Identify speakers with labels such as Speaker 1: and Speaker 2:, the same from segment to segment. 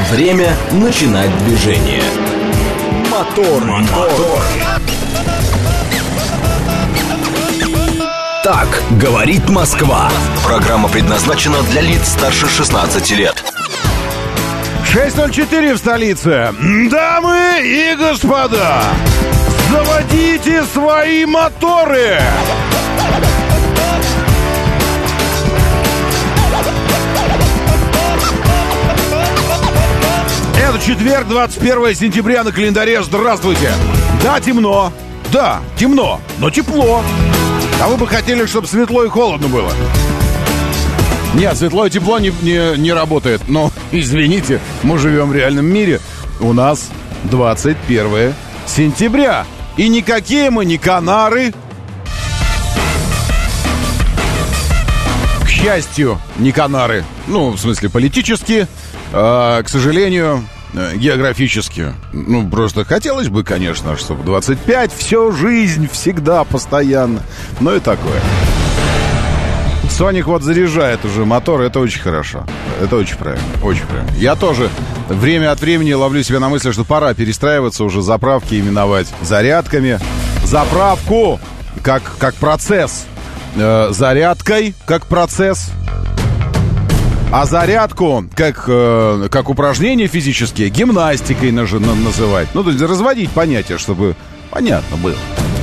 Speaker 1: Время начинать движение. Мотор. Так говорит Москва. Программа предназначена для лиц старше 16 лет.
Speaker 2: 6:04 в столице. Дамы и господа, заводите свои моторы. Это четверг, 21 сентября на календаре. Здравствуйте. Да, темно. Да, темно, но тепло. А вы бы хотели, чтобы светло и холодно было? Нет, светло и тепло не работает. Но, извините, мы живем в реальном мире. У нас 21 сентября. И никакие мы не Канары. К счастью, не Канары. Ну, в смысле, политически. К сожалению, географически. Ну, просто хотелось бы, конечно, чтобы 25, всю жизнь, всегда, постоянно. Но и такое. Соник вот заряжает уже мотор, это очень хорошо. Это очень правильно, очень правильно. Я тоже время от времени ловлю себя на мысли, что пора перестраиваться уже, заправки именовать зарядками. Заправку как процесс. Зарядкой как процесс. А зарядку, как упражнение физические, гимнастикой называть. Ну, то есть разводить понятие, чтобы понятно было.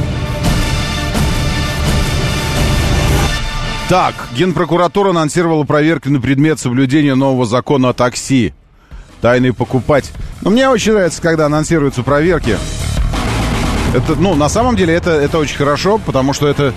Speaker 2: Так, Генпрокуратура анонсировала проверку на предмет соблюдения нового закона о такси. Тайный покупатель. Но мне очень нравится, когда анонсируются проверки. Это, ну, на самом деле, это очень хорошо, потому что это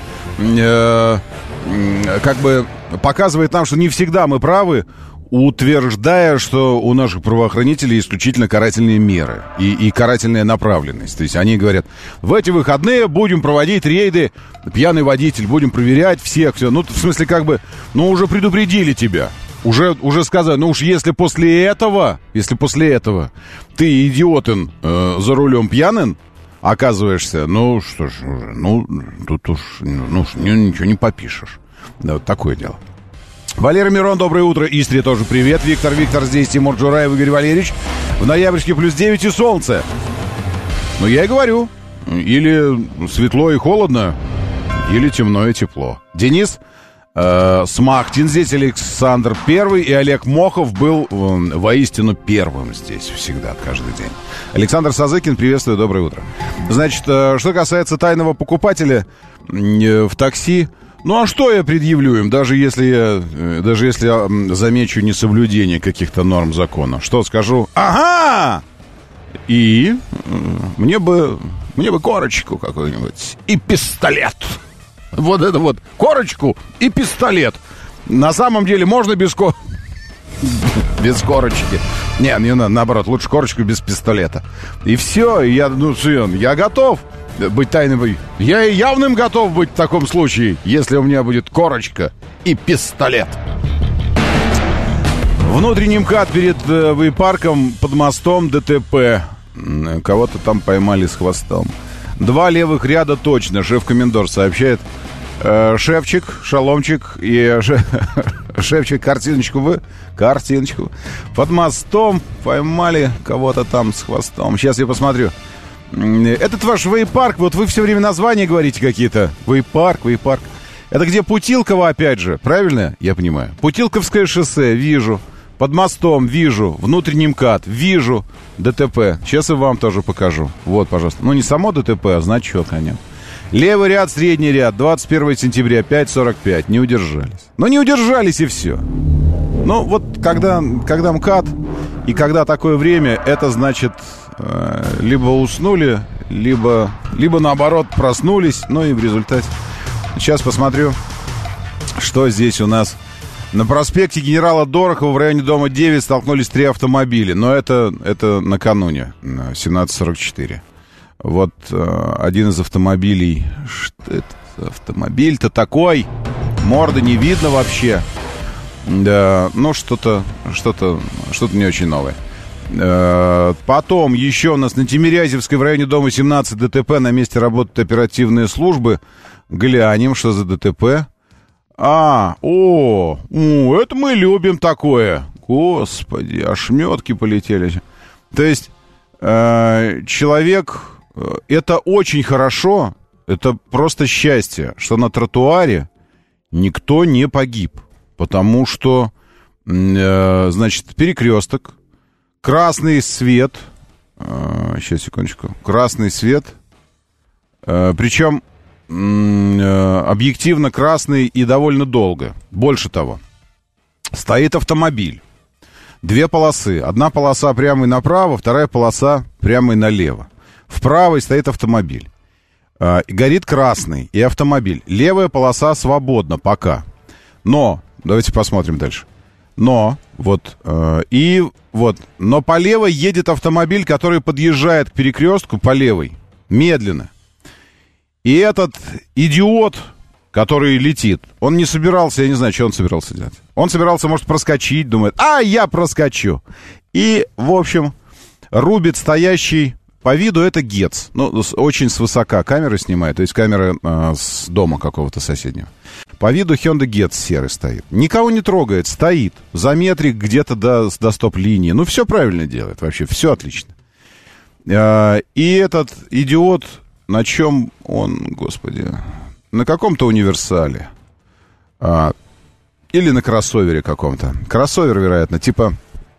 Speaker 2: как бы показывает нам, что не всегда мы правы, утверждая, что у наших правоохранителей исключительно карательные меры и карательная направленность. То есть они говорят, в эти выходные будем проводить рейды, пьяный водитель, будем проверять всех, все. Ну, в смысле, как бы, ну, уже предупредили тебя. Уже сказали, ну уж если после этого ты идиотен за рулем пьяным оказываешься, ну что ж, ну тут уж ничего не попишешь. Да, вот такое дело. Валера Мирон, доброе утро. Истрия тоже привет. Виктор здесь, Тимур Джураев, Игорь Валерьевич. В ноябрьске +9 и солнце. Ну, я и говорю. Или светло и холодно, или темно и тепло. Денис Смахтин здесь, Александр Первый и Олег Мохов был воистину первым здесь всегда, каждый день. Александр Сазыкин, приветствую, доброе утро. Значит, что касается тайного покупателя в такси, ну а что я предъявлю им, даже если я замечу несоблюдение каких-то норм закона? Что скажу? Ага! И мне бы корочку какую-нибудь и пистолет. Вот это вот, корочку и пистолет. На самом деле можно без корочки. Не надо, наоборот, лучше корочку без пистолета. И все, я готов быть тайным. Я и явным готов быть в таком случае, если у меня будет корочка и пистолет. Внутренний МКАД перед вейпарком под мостом ДТП. Кого-то там поймали с хвостом. 2 левых ряда точно, шеф-комендор сообщает. Шефчик, шаломчик и шефчик, картиночку. Под мостом поймали кого-то там с хвостом. Сейчас я посмотрю. Этот ваш вейпарк, вот вы все время названия говорите какие-то. Вейпарк. Это где Путилково опять же, правильно? Я понимаю. Путилковское шоссе, вижу. Под мостом вижу. Внутренний МКАД, вижу. ДТП. Сейчас и вам тоже покажу. Вот, пожалуйста. Ну, не само ДТП, а значок на нем. Левый ряд, средний ряд, 21 сентября, 5:45. Не удержались. Ну, не удержались и все. Ну, вот когда МКАД и когда такое время, это значит, либо уснули, либо наоборот проснулись. Ну и в результате. Сейчас посмотрю, что здесь у нас. На проспекте генерала Дорохова в районе дома 9 столкнулись 3 автомобиля. Но это накануне, 17:44. Вот один из автомобилей. Что это автомобиль-то такой? Морды не видно вообще. Да, ну что-то не очень новое. Потом еще у нас на Тимирязевской в районе дома 17 ДТП. На месте работают оперативные службы. Глянем, что за ДТП. Это мы любим такое. Господи, ошметки полетели. То есть человек... Это очень хорошо, это просто счастье, что на тротуаре никто не погиб. Потому что, значит, перекресток, красный свет... Сейчас, секундочку. Красный свет. Причем объективно красный и довольно долго. Больше того. Стоит автомобиль. Две полосы. Одна полоса прямо и направо, вторая полоса прямо и налево. В правой стоит автомобиль. Горит красный и автомобиль. Левая полоса свободна пока. Но, давайте посмотрим дальше. Но, вот, но по левой едет автомобиль, который подъезжает к перекрестку по левой. Медленно. И этот идиот, который летит, он не собирался, я не знаю, что он собирался делать. Он собирался, может, проскочить, думает, я проскочу. И, в общем, рубит стоящий, по виду это ГЕЦ. Ну, очень свысока камера снимает, то есть камера с дома какого-то соседнего. По виду Hyundai Getz серый стоит. Никого не трогает, стоит. За метрик где-то до стоп-линии. Ну, все правильно делает вообще, все отлично. И этот идиот, на чем он, господи, на каком-то универсале. Или на кроссовере каком-то. Кроссовер, вероятно, типа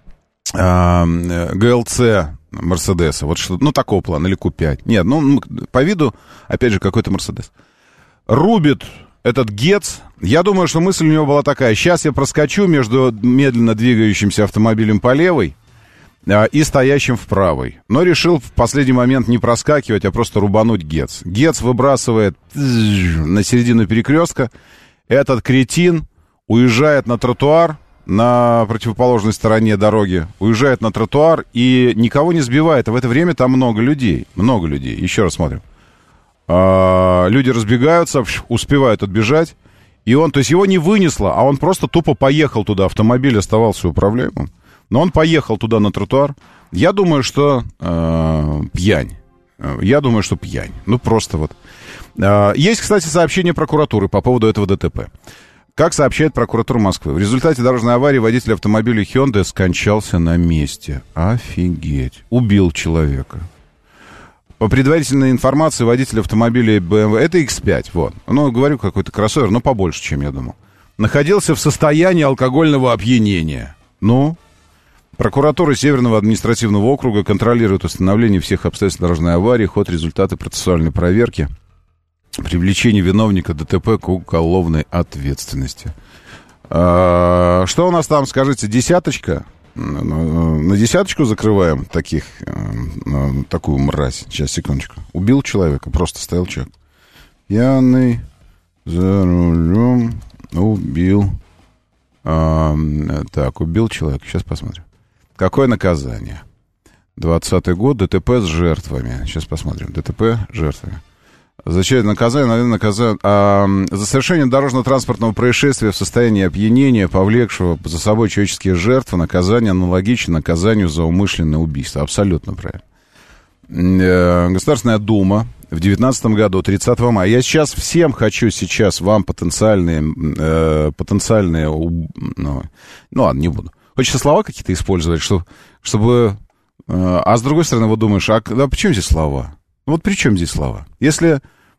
Speaker 2: GLC Мерседеса. Вот что, ну, такого плана, или Q5. Нет, ну, по виду, опять же, какой-то Мерседес. Рубит этот ГЕЦ. Я думаю, что мысль у него была такая. Сейчас я проскочу между медленно двигающимся автомобилем по левой и стоящим в правой. Но решил в последний момент не проскакивать, а просто рубануть ГЕЦ. ГЕЦ выбрасывает на середину перекрестка. Этот кретин уезжает на тротуар на противоположной стороне дороги. Уезжает на тротуар и никого не сбивает. А в это время там много людей. Много людей. Еще раз смотрим. Люди разбегаются, успевают отбежать. И он, то есть его не вынесло, а он просто тупо поехал туда. Автомобиль оставался управляемым. Но он поехал туда на тротуар. Я думаю, что пьянь. Я думаю, что пьянь. Ну, просто вот. Есть, кстати, сообщение прокуратуры по поводу этого ДТП. Как сообщает прокуратура Москвы, в результате дорожной аварии водитель автомобиля Hyundai скончался на месте. Офигеть. Убил человека. По предварительной информации, водитель автомобиля BMW, это X5, вот. Ну, говорю, какой-то кроссовер, но побольше, чем я думал. Находился в состоянии алкогольного опьянения. Ну, прокуратура Северного административного округа контролирует установление всех обстоятельств дорожной аварии, ход, результаты процессуальной проверки, привлечение виновника ДТП к уголовной ответственности. Что у нас там, скажите, десяточка? На десяточку закрываем такую мразь. Сейчас, секундочку. Убил человека, просто стоял человек. Пьяный, за рулем, убил. Так, убил человека. Сейчас посмотрим. Какое наказание? 20-й год, ДТП с жертвами. Сейчас посмотрим. ДТП с жертвами. Зачем наказание? Наверное, наказание за совершение дорожно-транспортного происшествия в состоянии опьянения, повлекшего за собой человеческие жертвы, наказание аналогично наказанию за умышленное убийство. Абсолютно правильно. Государственная Дума в 2019 году, 30 мая. Я сейчас всем хочу вам потенциальные ну ладно, не буду. Хочется слова какие-то использовать, чтобы... А с другой стороны, вот думаешь, при чем здесь слова? Вот при чем здесь слова? Если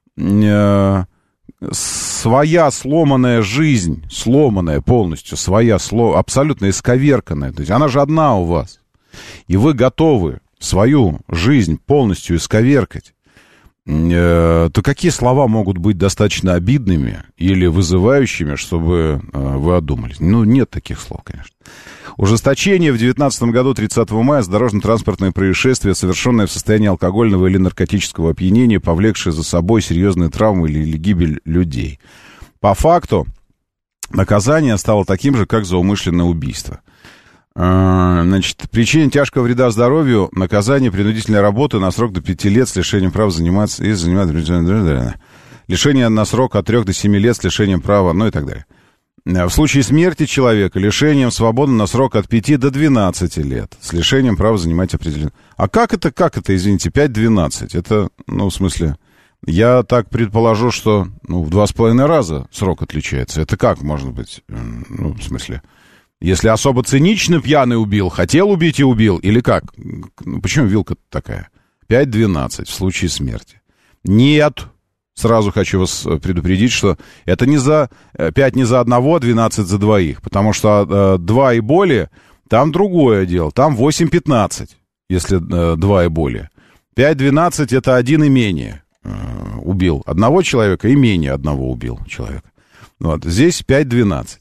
Speaker 2: своя сломанная жизнь, сломанная полностью, абсолютно исковерканная, то есть она же одна у вас, и вы готовы свою жизнь полностью исковеркать, то какие слова могут быть достаточно обидными или вызывающими, чтобы вы одумались? Ну, нет таких слов, конечно. Ужесточение в 2019 году, 30 мая, за дорожно-транспортное происшествие, совершенное в состоянии алкогольного или наркотического опьянения, повлекшее за собой серьезные травмы или гибель людей. По факту, наказание стало таким же, как за умышленное убийство. Значит, причине тяжкого вреда здоровью, наказание принудительной работы на срок до 5 лет с лишением права заниматься лишение на срок от 3 до 7 лет с лишением права, ну и так далее. В случае смерти человека лишением свободы на срок от 5 до 12 лет с лишением права занимать определенное. А как это, извините, 5-12? Это, ну, в смысле, я так предположу, что в 2,5 раза срок отличается. Это как может быть? Ну, в смысле, Если особо цинично пьяный убил, хотел убить и убил, или как? Почему вилка такая? 5-12 в случае смерти. Нет. Сразу хочу вас предупредить, что это не за 5 не за одного, 12 за двоих. Потому что 2 и более, там другое дело. Там 8-15, если 2 и более. 5-12 это 1 и менее убил одного человека, и менее одного убил человека. Вот. Здесь 5-12.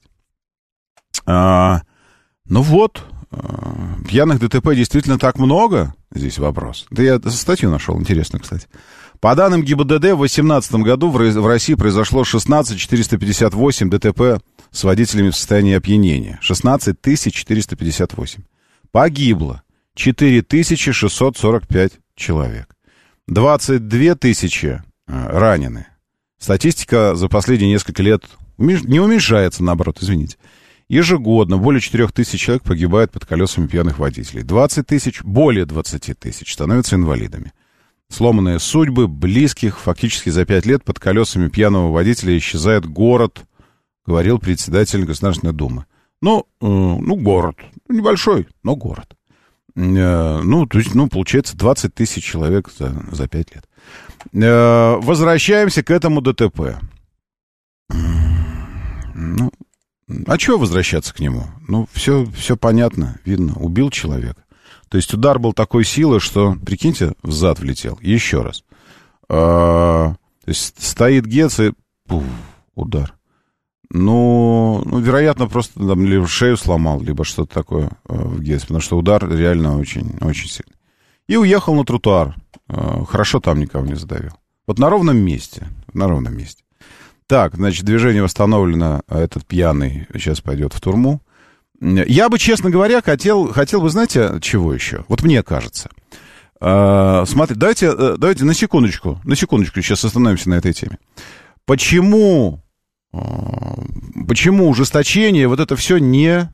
Speaker 2: Ну вот, пьяных ДТП действительно так много? Здесь вопрос. Да я статью нашел, интересно, кстати. По данным ГИБДД, в 2018 году в России произошло 16 458 ДТП с водителями в состоянии опьянения. 16 458. Погибло 4645 человек. 22 тысячи ранены. Статистика за последние несколько лет не уменьшается, наоборот, извините. Ежегодно более 4 тысяч человек погибает под колесами пьяных водителей. 20 тысяч, более 20 тысяч становятся инвалидами. Сломанные судьбы близких. Фактически за 5 лет под колесами пьяного водителя исчезает город, говорил председатель Государственной Думы. Ну, город. Небольшой, но город. То есть, получается, 20 тысяч человек за 5 лет. Возвращаемся к этому ДТП. А чего возвращаться к нему? Все понятно, видно. Убил человека. То есть удар был такой силы, что, прикиньте, в зад влетел. Еще раз. То есть стоит ГЕЦ и удар. Вероятно, просто там либо шею сломал, либо что-то такое в ГЕЦ, потому что удар реально очень, очень сильный. И уехал на тротуар. Хорошо там никого не задавил. Вот на ровном месте. Так, значит, движение восстановлено, а этот пьяный сейчас пойдет в турму. Я бы, честно говоря, хотел бы, знаете, чего еще? Вот мне кажется. Смотрите, давайте на секундочку сейчас остановимся на этой теме. Почему ужесточение, вот это все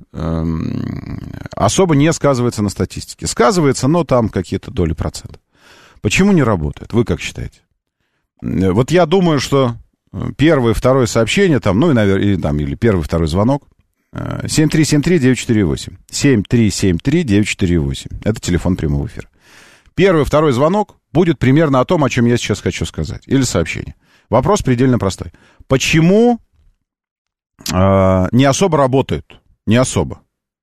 Speaker 2: особо не сказывается на статистике? Сказывается, но там какие-то доли процентов. Почему не работает? Вы как считаете? Вот я думаю, что первое, второе сообщение, или первый, второй звонок, 7373948. 7373948. Это телефон прямого эфира. Первый, второй звонок будет примерно о том, о чем я сейчас хочу сказать. Или сообщение. Вопрос предельно простой. Почему не особо работают? Не особо.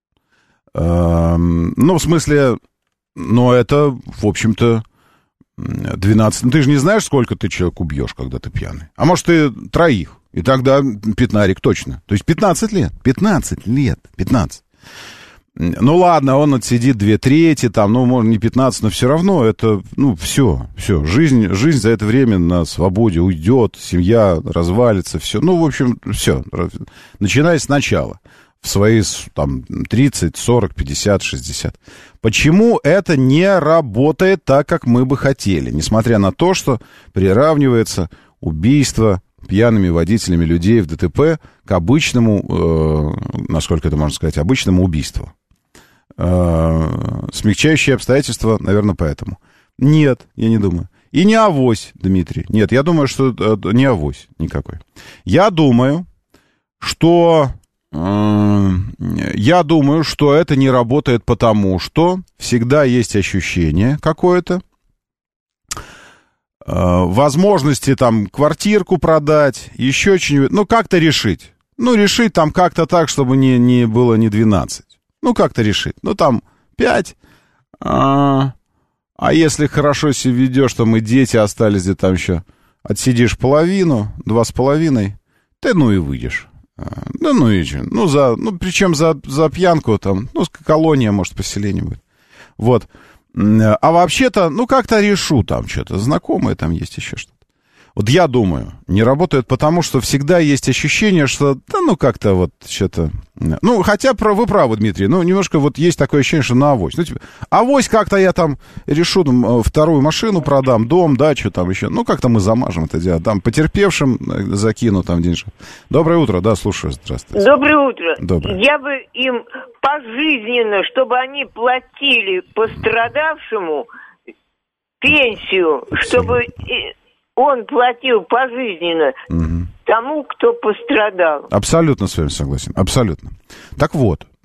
Speaker 2: В смысле, это, в общем-то, 12. Ты же не знаешь, сколько ты человек убьешь, когда ты пьяный. А может, ты 3. И тогда пятнарик точно. То есть 15 лет. 15 лет. 15. Ладно, он отсидит 2/3, может, не 15, но все равно это, все. Жизнь за это время на свободе уйдет, семья развалится, все. В общем, все. Начиная сначала. В свои 30, 40, 50, 60. Почему это не работает так, как мы бы хотели? Несмотря на то, что приравнивается убийство пьяными водителями людей в ДТП к обычному, насколько это можно сказать, обычному убийству. Смягчающие обстоятельства, наверное, поэтому. Нет, я не думаю. И не авось, Дмитрий. Нет, я думаю, что не авось никакой. Я думаю, что это не работает, потому что всегда есть ощущение какое-то, возможности квартирку продать, еще что-нибудь, как-то решить. Решить как-то так, чтобы не было не 12. Как-то решить. 5. А если хорошо себя ведешь, там и дети остались где-то еще, отсидишь половину, 2,5, ты и выйдешь. И что? Причем за пьянку колония, может, поселение будет. Вот. А вообще-то, как-то решу что-то. Знакомые там есть еще что-то. Вот я думаю, не работает потому, что всегда есть ощущение, что, как-то что-то... хотя вы правы, Дмитрий, немножко есть такое ощущение, что на авось. Авось как-то я решу, вторую машину продам, дом, дачу еще. Как-то мы замажем это дело. Потерпевшим закину денежку. Доброе утро, да, слушаю, здравствуйте.
Speaker 3: Доброе утро.
Speaker 2: Доброе.
Speaker 3: Я бы им пожизненно, чтобы они платили пострадавшему пенсию, чтобы... Он платил пожизненно тому, кто пострадал.
Speaker 2: Абсолютно с вами согласен, абсолютно. Так вот,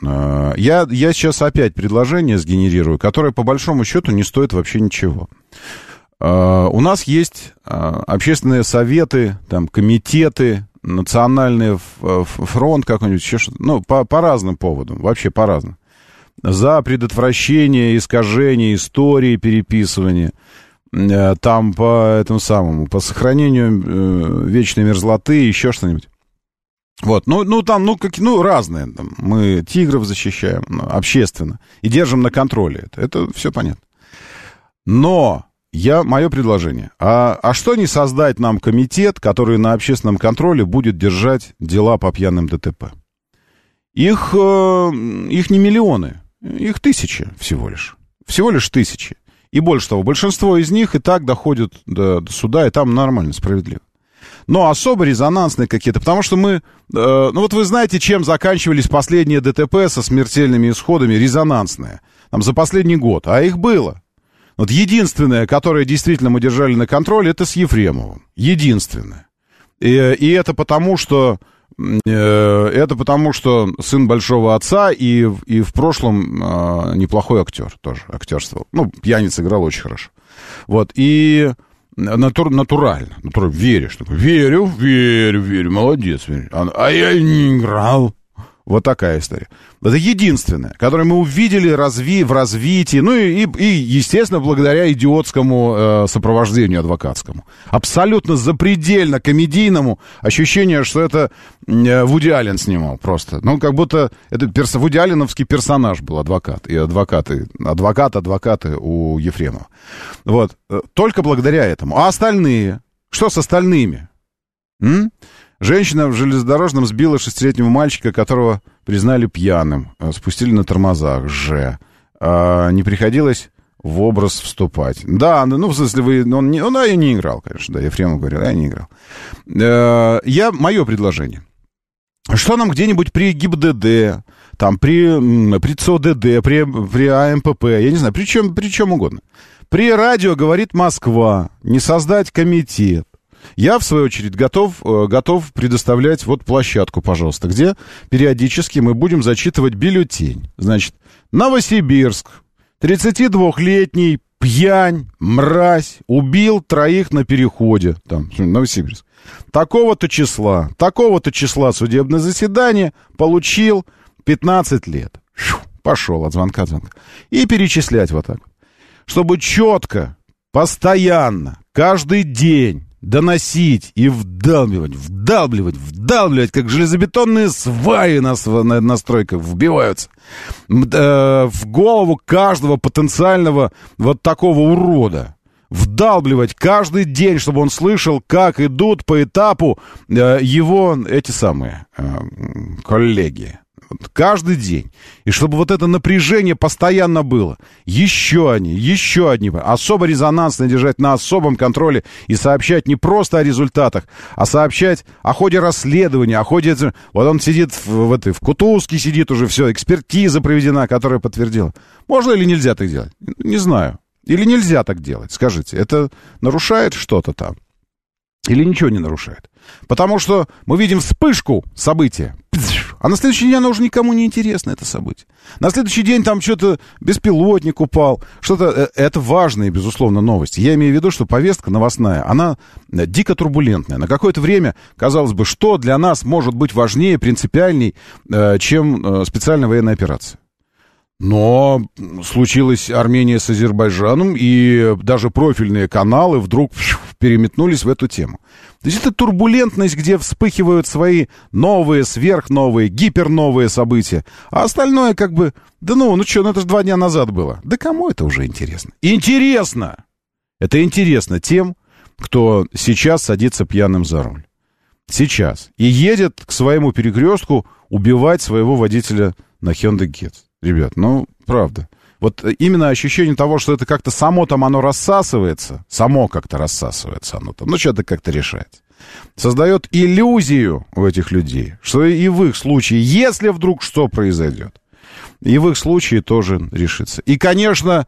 Speaker 2: Я сейчас опять предложение сгенерирую, которое по большому счету не стоит вообще ничего. У нас есть общественные советы, там, комитеты, национальный фронт какой-нибудь, еще что-то, ну, по разным поводам, вообще по разным. За предотвращение искажения истории, переписывания, там по этому самому, по сохранению вечной мерзлоты, еще что-нибудь. Вот, разные. Там, мы тигров защищаем, общественно, и держим на контроле. Это все понятно. Но мое предложение. А что не создать нам комитет, который на общественном контроле будет держать дела по пьяным ДТП? Их не миллионы, их тысячи всего лишь. Всего лишь тысячи. И больше того, большинство из них и так доходят до суда, и там нормально, справедливо. Но особо резонансные какие-то, потому что мы... вот вы знаете, чем заканчивались последние ДТП со смертельными исходами, резонансные. Там за последний год, а их было. Вот единственное, которое действительно мы держали на контроле, это с Ефремовым. Единственное. И это потому, что сын большого отца и в прошлом неплохой актер тоже актерствовал. Ну, пьяница играл очень хорошо. Вот, и натурально, веришь. Верю, молодец. Верю. А я не играл. Вот такая история. Это единственное, которое мы увидели в развитии, ну и естественно, благодаря идиотскому сопровождению адвокатскому. Абсолютно запредельно комедийному ощущение, что это Вуди Аллен снимал просто. Ну, как будто это Вуди Алленовский персонаж был, адвокат. И адвокаты у Ефремова. Вот. Только благодаря этому. А остальные? Что с остальными? Женщина в железнодорожном сбила 6-летнего мальчика, которого признали пьяным. Спустили на тормозах. Не приходилось в образ вступать. Да, ну, в смысле, он не играл, конечно. Да, Ефремов говорил, я не играл. Мое предложение. Что нам где-нибудь при ГИБДД, там, при ЦОДД, при АМПП, я не знаю, при чем угодно. При радио «Говорит Москва» не создать комитет. Я, в свою очередь, готов предоставлять вот площадку, пожалуйста, где периодически мы будем зачитывать бюллетень. Значит, Новосибирск, 32-летний пьянь, мразь, убил 3 на переходе. Там, Новосибирск. Такого-то числа судебное заседание, получил 15 лет. Пошел от звонка. И перечислять вот так. Чтобы четко, постоянно, каждый день доносить и вдалбливать, как железобетонные сваи на стройках вбиваются в голову каждого потенциального вот такого урода. Вдалбливать каждый день, чтобы он слышал, как идут по этапу его эти самые коллеги. Каждый день. И чтобы вот это напряжение постоянно было. Еще одни. Особо резонансно держать на особом контроле и сообщать не просто о результатах, а сообщать о ходе расследования, о ходе... Вот он сидит в Кутузке, сидит уже все, экспертиза проведена, которая подтвердила. Можно или нельзя так делать? Не знаю. Или нельзя так делать? Скажите, это нарушает что-то там? Или ничего не нарушает? Потому что мы видим вспышку события, а на следующий день оно уже никому не интересно, это событие. На следующий день там что-то беспилотник упал, что-то... Это важные, безусловно, новости. Я имею в виду, что повестка новостная, она дико турбулентная. На какое-то время, казалось бы, что для нас может быть важнее, принципиальней, чем специальная военная операция. Но случилась Армения с Азербайджаном, и даже профильные каналы вдруг переметнулись в эту тему. То есть это турбулентность, где вспыхивают свои новые, сверхновые, гиперновые события. А остальное как бы... это же 2 дня назад было. Да кому это уже интересно? Интересно! Это интересно тем, кто сейчас садится пьяным за руль. Сейчас. И едет к своему перекрестку убивать своего водителя на Hyundai Getz. Ребят, правда. Вот именно ощущение того, что это как-то само там оно рассасывается, само как-то рассасывается оно там, что-то как-то решается. Создает иллюзию у этих людей, что и в их случае, если вдруг что произойдет, И в их случае тоже решится. И, конечно,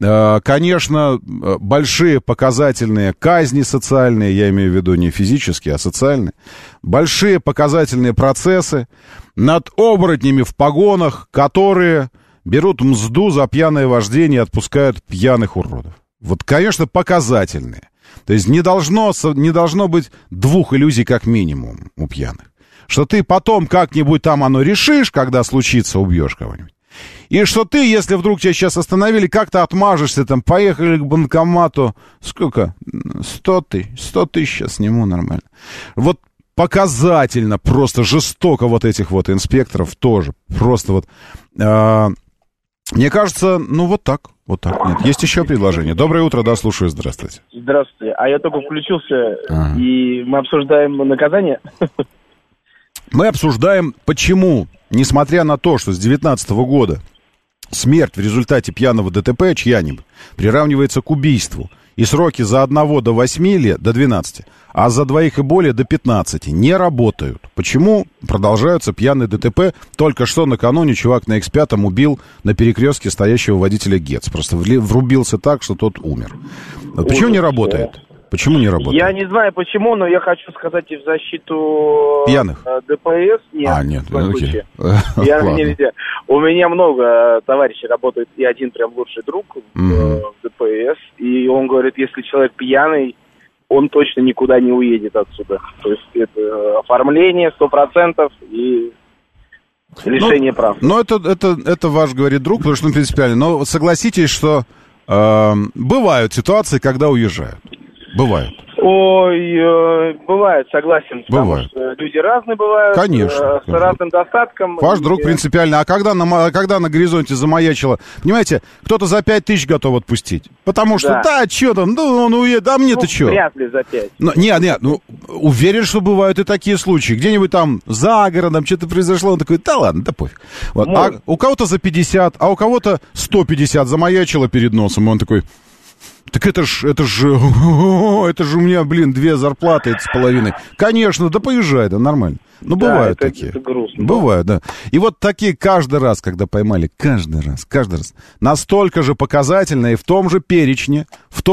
Speaker 2: большие показательные казни социальные, я имею в виду не физические, а социальные, большие показательные процессы над оборотнями в погонах, которые берут мзду за пьяное вождение и отпускают пьяных уродов. Вот, конечно, показательные. То есть не должно быть двух иллюзий как минимум у пьяных. Что ты потом как-нибудь там оно решишь, когда случится, убьешь кого-нибудь. И что ты, если вдруг тебя сейчас остановили, как-то отмажешься, там, поехали к банкомату. Сколько? 100 тысяч сейчас сниму нормально. Вот показательно, просто жестоко вот этих вот инспекторов тоже. Просто вот... мне кажется, ну вот так. Нет, есть еще предложение. Доброе утро, да, слушаю, здравствуйте.
Speaker 4: Здравствуйте. А я только включился, и мы обсуждаем наказание.
Speaker 2: Мы обсуждаем, почему, несмотря на то, что с 2019 года смерть в результате пьяного ДТП чья-нибудь приравнивается к убийству, и сроки за 1 до 8 лет, до 12, а за 2 и более до 15 не работают. Почему продолжаются пьяные ДТП? Только что накануне чувак на X5 убил на перекрестке стоящего водителя ГЕЦ. Просто врубился так, что тот умер. Почему не работает? Почему не работает?
Speaker 4: Я не знаю почему, но я хочу сказать и в защиту
Speaker 2: пьяных.
Speaker 4: ДПС. Нет,
Speaker 2: окей.
Speaker 4: У меня много товарищей работает, и один прям лучший друг в ДПС. И он говорит, если человек пьяный, он точно никуда не уедет отсюда. То есть это оформление 100% и лишение прав.
Speaker 2: Но это ваш, говорит, друг, потому что он принципиально. Но согласитесь, что бывают ситуации, когда уезжают. Бывают.
Speaker 4: Ой, бывает, согласен.
Speaker 2: Бывает.
Speaker 4: Потому что люди разные бывают.
Speaker 2: Конечно.
Speaker 4: С разным достатком.
Speaker 2: Ваш друг принципиально. А когда на горизонте замаячило, понимаете, кто-то за 5 тысяч готов отпустить. Потому что, что там, он уедет, а мне-то что?
Speaker 4: Вряд ли за 5.
Speaker 2: Уверен, что бывают и такие случаи. Где-нибудь там за городом что-то произошло, он такой, да ладно, да пофиг. Вот. А у кого-то за 50, а у кого-то 150 замаячило перед носом, и он такой... Так это ж у меня, 2 зарплаты, это с половиной. Конечно, да поезжай, да нормально. Ну, бывают такие.
Speaker 4: Это грустно.
Speaker 2: Бывают, да. И вот такие каждый раз, когда поймали, каждый раз, настолько же показательно и в том же перечне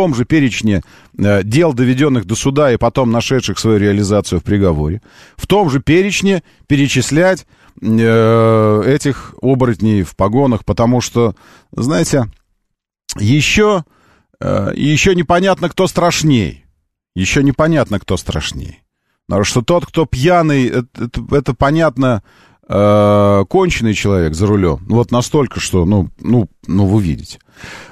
Speaker 2: дел, доведенных до суда и потом нашедших свою реализацию в приговоре, в том же перечне перечислять этих оборотней в погонах, потому что, знаете, еще непонятно, кто страшней. Потому что тот, кто пьяный, это понятно, конченый человек за рулем. Вот настолько, что, вы видите.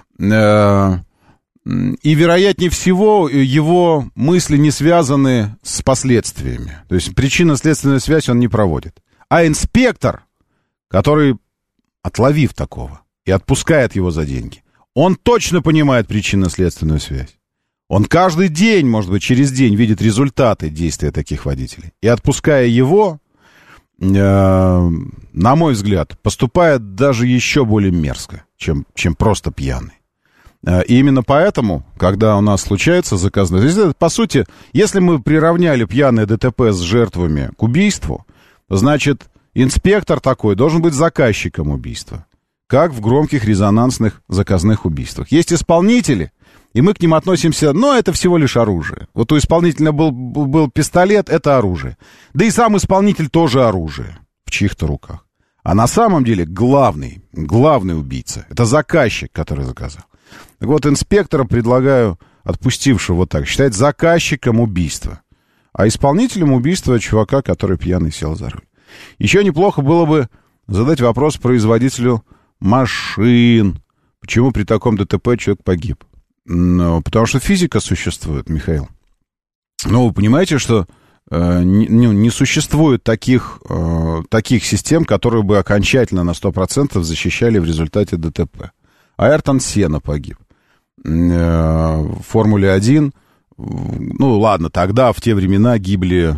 Speaker 2: И, вероятнее всего, его мысли не связаны с последствиями. То есть причинно-следственную связь он не проводит. А инспектор, который, отловив такого и отпускает его за деньги, он точно понимает причинно-следственную связь. Он каждый день, может быть, через день видит результаты действия таких водителей. И отпуская его, на мой взгляд, поступает даже еще более мерзко, чем просто пьяный. И именно поэтому, когда у нас случается заказное... По сути, если мы приравняли пьяное ДТП с жертвами к убийству, значит, инспектор такой должен быть заказчиком убийства. Как в громких резонансных заказных убийствах. Есть исполнители, и мы к ним относимся, но это всего лишь оружие. Вот у исполнителя был пистолет, это оружие. Да и сам исполнитель тоже оружие в чьих-то руках. А на самом деле главный убийца, это заказчик, который заказал. Так вот, инспектора предлагаю, отпустившего вот так, считать заказчиком убийства. А исполнителем убийства чувака, который пьяный сел за руль. Еще неплохо было бы задать вопрос производителю машин. Почему при таком ДТП человек погиб? Потому что физика существует, Михаил. Вы понимаете, что не существует таких систем, которые бы окончательно на 100% защищали в результате ДТП. Айртон Сенна погиб. В Формуле-1, ладно, тогда, в те времена, гибли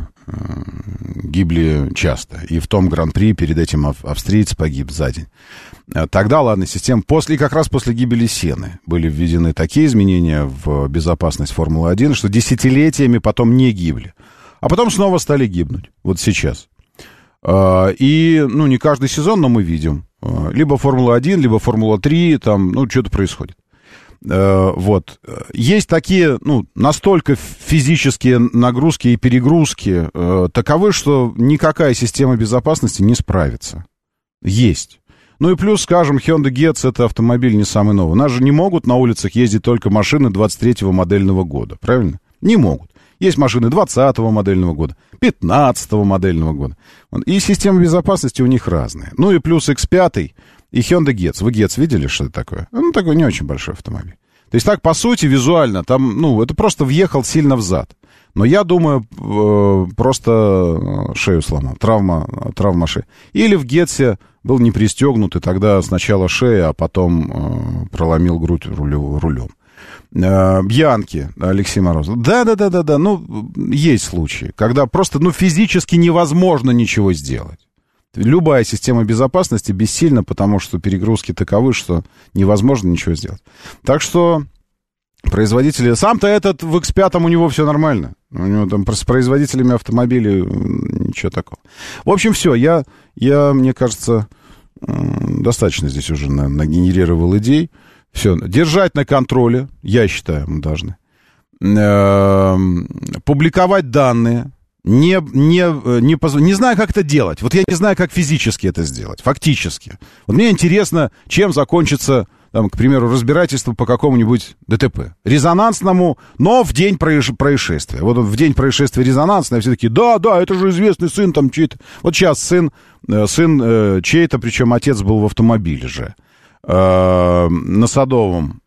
Speaker 2: часто. И в том Гран-при перед этим австриец погиб за день. Тогда, ладно, система... Как раз после гибели Сенны были введены такие изменения в безопасность Формулы-1, что десятилетиями потом не гибли. А потом снова стали гибнуть. Вот сейчас. И, не каждый сезон, но мы видим, Либо Формула-1, либо Формула-3, там, ну, что-то происходит. Вот. Есть такие, ну, настолько физические нагрузки и перегрузки таковы, что никакая система безопасности не справится. Есть. Ну и плюс, скажем, Hyundai Getz — это автомобиль не самый новый. У нас же не могут на улицах ездить только машины 23-го модельного года, правильно? Не могут. Есть машины 20-го модельного года, 15-го модельного года. И системы безопасности у них разные. Ну и плюс X5 и Hyundai Getz. Вы Getz видели, что это такое? Ну, такой не очень большой автомобиль. То есть так, по сути, визуально, там, ну, это просто въехал сильно взад. Но я думаю, просто шею сломал, травма шеи. Или в Гетсе был не пристегнут, и тогда сначала шея, а потом проломил грудь рулем. Бьянки, Алексей Морозов. Да, ну, есть случаи, когда просто, ну, физически невозможно ничего сделать. Любая система безопасности бессильна, потому что перегрузки таковы, что невозможно ничего сделать. Так что производители... Сам-то этот в X5 у него все нормально. У него там с производителями автомобилей ничего такого. В общем, все. Я мне кажется, достаточно здесь уже нагенерировал идей. Все. Держать на контроле, я считаю, мы должны. Публиковать данные. Не знаю, как это делать. Вот я не знаю, как физически это сделать, фактически. Вот мне интересно, чем закончится, там, к примеру, разбирательство по какому-нибудь ДТП. Резонансному, но в день происшествия. Вот в день происшествия резонансное, все такие, да, это же известный сын там чей-то. Вот сейчас сын чей-то, причем отец был в автомобиле же. На Садовом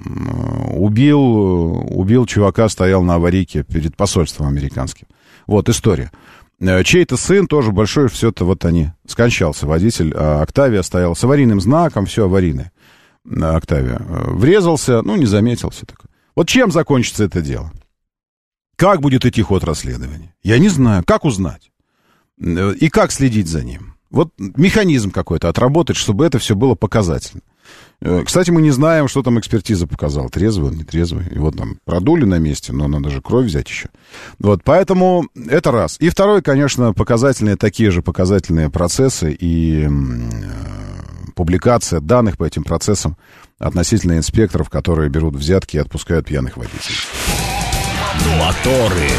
Speaker 2: убил чувака, стоял на аварийке перед посольством американским. Вот история. Чей-то сын тоже большой, все это вот они. Скончался водитель, а Октавия стояла с аварийным знаком, все аварийное. Октавия. Врезался, ну, не заметил, все такое. Вот чем закончится это дело? Как будет идти ход расследования? Я не знаю. Как узнать? И как следить за ним? Вот механизм какой-то отработать, чтобы это все было показательно. Кстати, мы не знаем, что там экспертиза показала. Трезвый он, нетрезвый. Его там продули на месте, но надо же кровь взять еще. Вот, поэтому это раз. И второе, конечно, такие же показательные процессы и публикация данных по этим процессам относительно инспекторов, которые берут взятки и отпускают пьяных водителей.
Speaker 1: Моторы.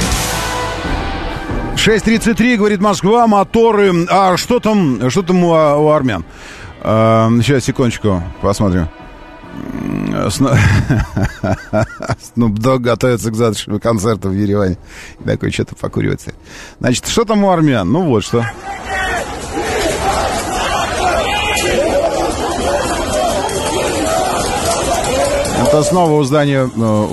Speaker 2: 6:33, говорит Москва, моторы. А что там у армян? Сейчас, секундочку, посмотрим. Snoop Dogg готовится к завтрашнему концерту в Ереване. И такой что-то покуривается. Значит, что там у армян? Ну вот что. Это снова у здания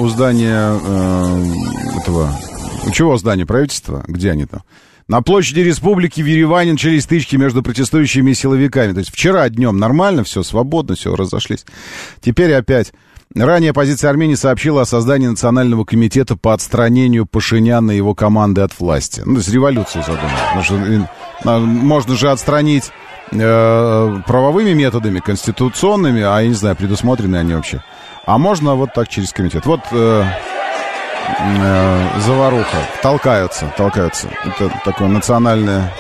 Speaker 2: этого... У чего здание? Правительства? Где они там? На площади Республики в Ереване начались стычки между протестующими и силовиками. То есть вчера днем нормально, все свободно, все, разошлись. Теперь опять. Ранее оппозиция Армении сообщила о создании Национального комитета по отстранению Пашиняна и его команды от власти. Ну, то есть революцию задумали. Потому что можно же отстранить правовыми методами, конституционными, а я не знаю, предусмотрены они вообще. А можно вот так через комитет. Вот... заваруха. Толкаются. Это такое национальное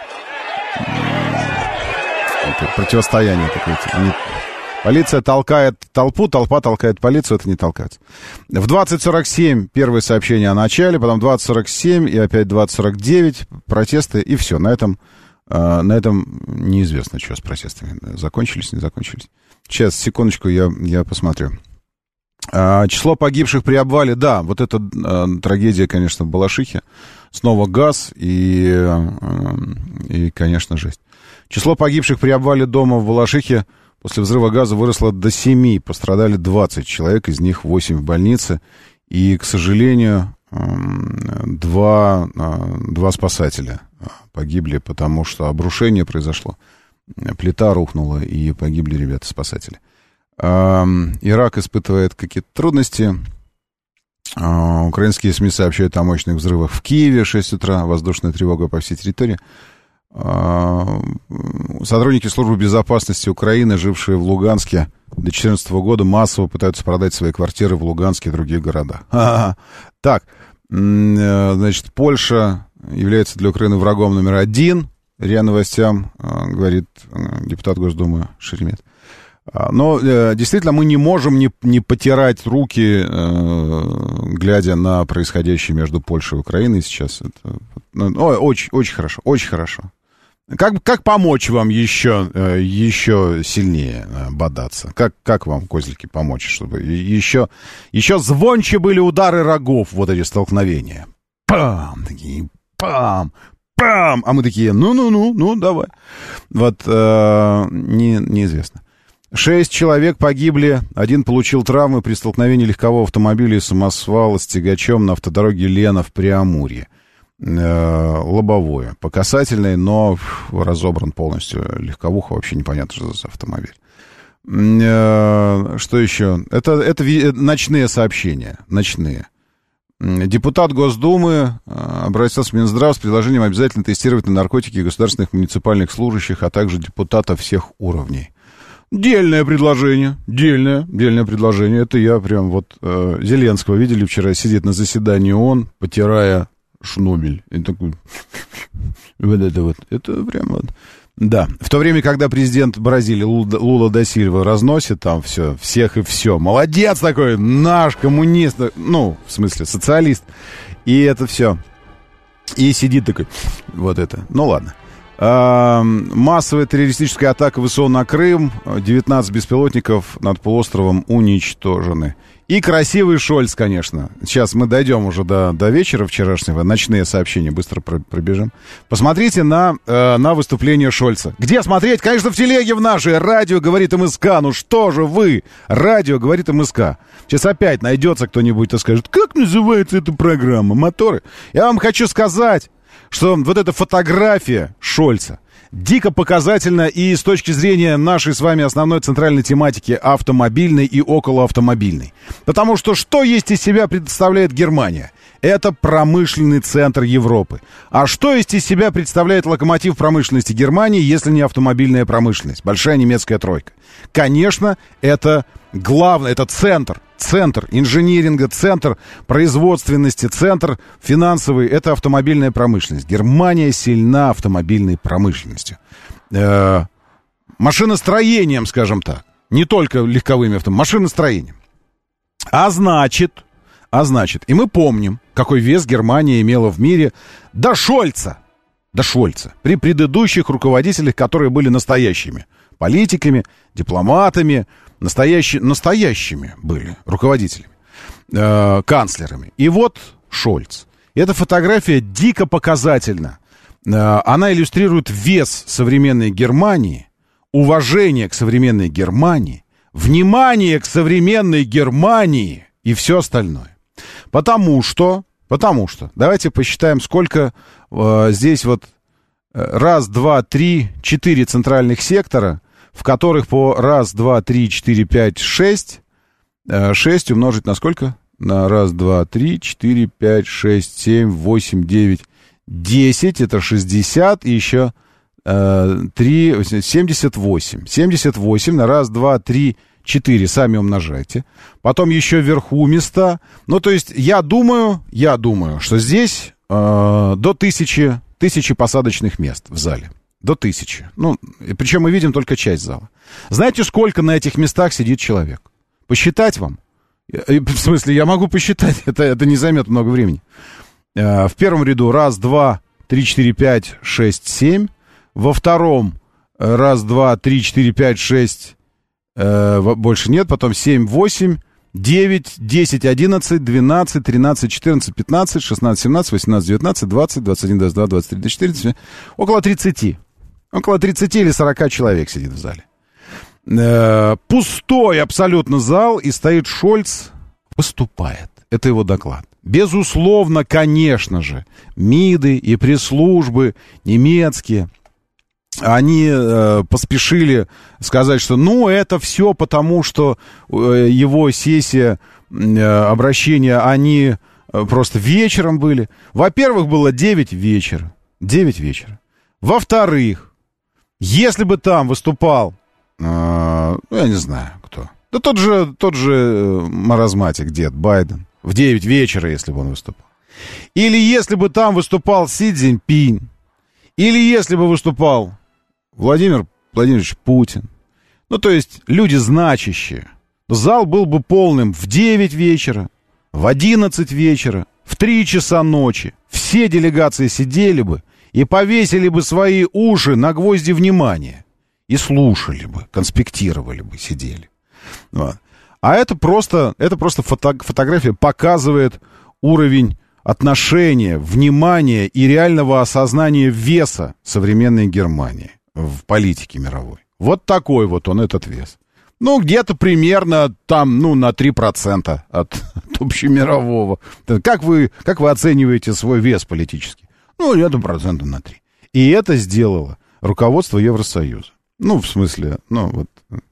Speaker 2: противостояние такое. Полиция толкает толпу, толпа толкает полицию, это не толкается. В 20:47 первое сообщение о начале, потом 20:47 и опять 20:49 протесты, и все. На этом неизвестно, что с протестами. Закончились, не закончились. Сейчас, секундочку, я посмотрю. Число погибших при обвале, да, вот эта трагедия, конечно, в Балашихе. Снова газ и, конечно, жесть. Число погибших при обвале дома в Балашихе после взрыва газа выросло до 7. Пострадали 20 человек, из них 8 в больнице. И, к сожалению, два спасателя погибли, потому что обрушение произошло. Плита рухнула, и погибли ребята-спасатели. Ирак испытывает какие-то трудности. Украинские СМИ сообщают о мощных взрывах в Киеве. 6 утра, воздушная тревога по всей территории. Сотрудники службы безопасности Украины, жившие в Луганске до 2014 года, массово пытаются продать свои квартиры в Луганске и других городах. Так, значит, Польша является для Украины врагом номер 1. РИА Новостям, говорит депутат Госдумы Шеремет. Но действительно мы не можем не потирать руки, глядя на происходящее между Польшей и Украиной сейчас. Это, очень, очень хорошо, очень хорошо. Как помочь вам еще сильнее бодаться? Как вам, козлики, помочь, чтобы еще звонче были удары рогов, вот эти столкновения? Пам! Такие, пам! Пам! А мы такие, ну, давай. Вот, неизвестно. 6 человек погибли, 1 получил травмы при столкновении легкового автомобиля и самосвала с тягачом на автодороге Лена в Преамурье. Лобовое. По касательной, но разобран полностью. Легковуха, вообще непонятно, что за автомобиль. Что еще? Это ночные сообщения. Ночные. Депутат Госдумы обратился в Минздрав с предложением обязательно тестировать на наркотики государственных муниципальных служащих, а также депутатов всех уровней. Дельное предложение. Дельное предложение. Это я прям вот Зеленского видели вчера, сидит на заседании ООН, потирая шнобель. И такой... Вот это вот. Это прям вот... Да. В то время, когда президент Бразилии Лула да Сильва разносит там все, всех и все. Молодец такой, наш коммунист. Ну, в смысле, социалист. И это все. И сидит такой, вот это. Ну, ладно. Массовая террористическая атака ВСУ на Крым. 19 беспилотников над полуостровом уничтожены. И красивый Шольц, конечно. Сейчас мы дойдем уже до вечера вчерашнего. Ночные сообщения быстро пробежим. Посмотрите на выступление Шольца. Где смотреть? Конечно, в телеге в нашей. Радио говорит МСК. Ну что же вы? Радио говорит МСК. Сейчас опять найдется кто-нибудь и скажет, как называется эта программа? Моторы. Я вам хочу сказать, что вот эта фотография Шольца дико показательна и с точки зрения нашей с вами основной центральной тематики автомобильной и околоавтомобильной. Потому что есть из себя представляет Германия? Это промышленный центр Европы. А что есть из себя представляет локомотив промышленности Германии, если не автомобильная промышленность? Большая немецкая тройка. Конечно, это главное, это центр инжиниринга, центр производственности, центр финансовый, это автомобильная промышленность. Германия сильна автомобильной промышленностью. Машиностроением, скажем так. Не только легковыми автомобилями, машиностроением. А значит, и мы помним, какой вес Германия имела в мире до Шольца, при предыдущих руководителях, которые были настоящими политиками, дипломатами, настоящими были руководителями, канцлерами. И вот Шольц. Эта фотография дико показательна. Она иллюстрирует вес современной Германии, уважение к современной Германии, внимание к современной Германии и все остальное. Потому что, давайте посчитаем, сколько здесь вот 1, 2, 3, 4 центральных сектора, в которых по 1, 2, 3, 4, 5, 6. 6 умножить на сколько? На 1, 2, 3, 4, 5, 6, 7, 8, 9, 10. Это 60 и еще 3, 78. 78 на 1, 2, 3, 4. Сами умножайте. Потом еще вверху места. Ну, то есть, я думаю, что здесь до 1000 посадочных мест в зале. До 1000. Ну, причем мы видим только часть зала. Знаете, сколько на этих местах сидит человек? Посчитать вам? В смысле, я могу посчитать. Это не займет много времени. В первом ряду 1, 2, 3, 4, 5, 6, 7. Во втором 1, 2, 3, 4, 5, 6. Больше нет. Потом 7, 8, 9, 10, 11, 12, 13, 14, 15, 16, 17, 18, 19, 20, 21, 22, 23, 24. Около 30. Около 30 или 40 человек сидит в зале. Пустой абсолютно зал, и стоит Шольц, выступает. Это его доклад. Безусловно, конечно же, МИДы и пресс-службы немецкие, они поспешили сказать, что это все потому, что его сессия, обращения, они просто вечером были. Во-первых, было 9 вечера. 9 вечера. Во-вторых, если бы там выступал, я не знаю кто, да тот же маразматик, дед Байден, в 9 вечера, если бы он выступал. Или если бы там выступал Си Цзиньпинь, Или если бы выступал Владимир Владимирович Путин, ну, то есть люди значащие, зал был бы полным в 9 вечера, в 11 вечера, в 3 часа ночи. Все делегации сидели бы и повесили бы свои уши на гвозди внимания. И слушали бы, конспектировали бы, сидели. Вот. А это просто фотография показывает уровень отношения, внимания и реального осознания веса современной Германии в политике мировой. Вот такой вот он, этот вес. Ну, где-то примерно там, ну, на 3% от общемирового. Как вы оцениваете свой вес политический? Ну, где-то 1% на 3%. И это сделало руководство Евросоюза. Ну, в смысле, ну, вот...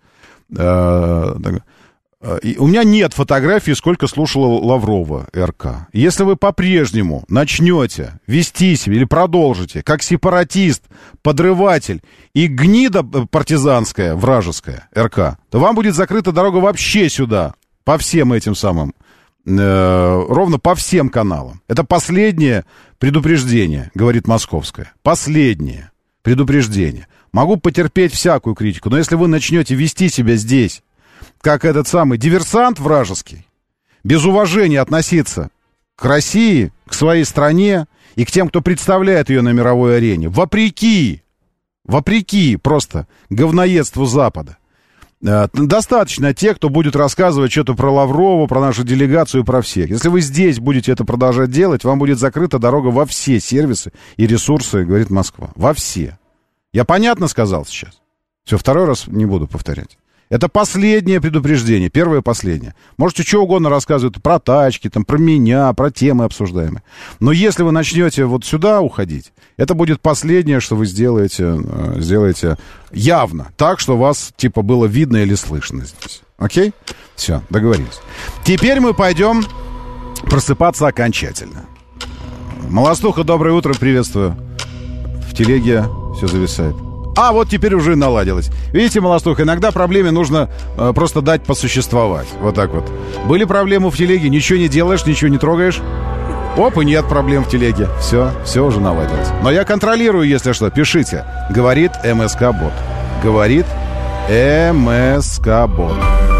Speaker 2: у меня нет фотографии, сколько слушала Лаврова РК. Если вы по-прежнему начнете вести себя или продолжите, как сепаратист, подрыватель и гнида партизанская, вражеская РК, то вам будет закрыта дорога вообще сюда, по всем этим самым, ровно по всем каналам. Это последнее предупреждение, говорит Московская. Последнее предупреждение. Могу потерпеть всякую критику, но если вы начнете вести себя здесь, как этот самый диверсант вражеский, без уважения относиться к России, к своей стране и к тем, кто представляет ее на мировой арене, вопреки просто говноедству Запада. Достаточно тех, кто будет рассказывать что-то про Лаврова, про нашу делегацию, про всех. Если вы здесь будете это продолжать делать, вам будет закрыта дорога во все сервисы и ресурсы, говорит Москва. Во все. Я понятно сказал сейчас? Все, второй раз не буду повторять. Это последнее предупреждение, первое и последнее. Можете что угодно рассказывать про тачки, там, про меня, про темы обсуждаемые. Но если вы начнете вот сюда уходить, это будет последнее, что вы сделаете явно. Так, что вас, типа, было видно или слышно здесь. Окей? Все, договорились. Теперь мы пойдем просыпаться окончательно. Молостуха, доброе утро, приветствую. В телеге все зависает. А, вот теперь уже наладилось. Видите, Молостух, иногда проблеме нужно просто дать посуществовать. Вот так вот. Были проблемы в телеге, ничего не делаешь, ничего не трогаешь. Оп, и нет проблем в телеге. Все уже наладилось. Но я контролирую, если что. Пишите. Говорит МСК-бот. Говорит МСК-бот.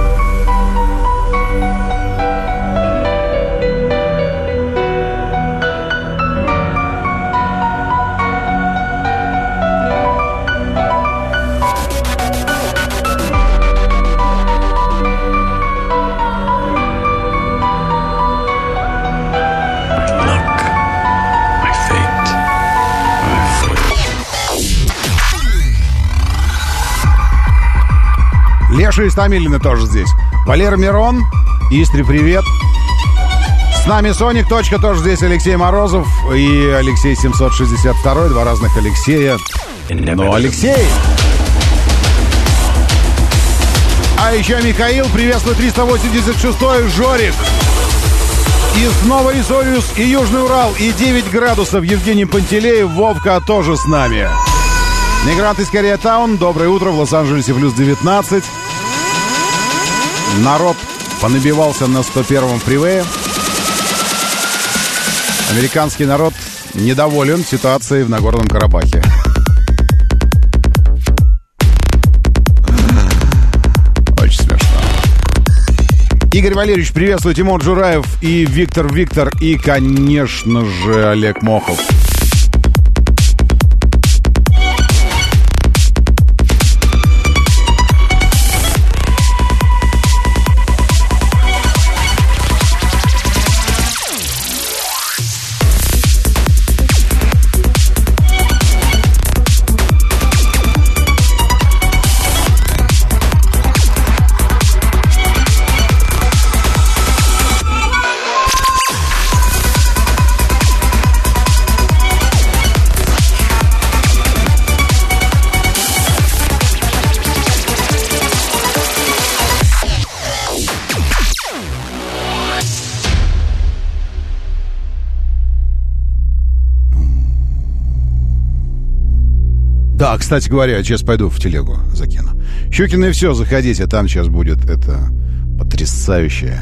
Speaker 2: Леша из Томилина тоже здесь. Валера Мирон, Истри, привет. С нами Соник, точка, тоже здесь Алексей Морозов и Алексей 762, два разных Алексея. Но Алексей. А еще Михаил, приветствую, 386-й, Жорик. И снова Исориус, и Южный Урал, и 9 градусов Евгений Пантелеев, Вовка тоже с нами. Мигрант из Кореятаун, доброе утро, в Лос-Анджелесе плюс 19. Народ понабивался на 101-м фривее. Американский народ недоволен ситуацией в Нагорном Карабахе. Очень смешно. Игорь Валерьевич, приветствую, Тимур Джураев и Виктор, и, конечно же, Олег Мохов. Да, кстати говоря, я сейчас пойду в телегу закину. Щукины, все, заходите, там сейчас будет это потрясающее,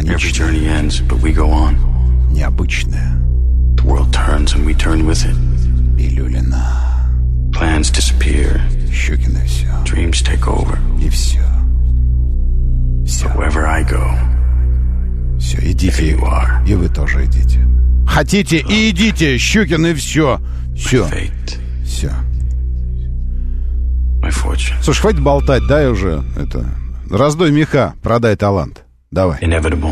Speaker 2: гармоничное, необычное. Пилюлина.
Speaker 5: Plans disappear.
Speaker 2: Щукина все.
Speaker 5: Dreams take over.
Speaker 2: И все. Все.
Speaker 5: Wherever I go.
Speaker 2: Все, идите. И вы тоже идите. Хотите, и идите, Щукин, и все. Все. Все. Слушай, хватит болтать, дай уже это. Раздой меха, продай талант. Давай.
Speaker 5: Inevitable.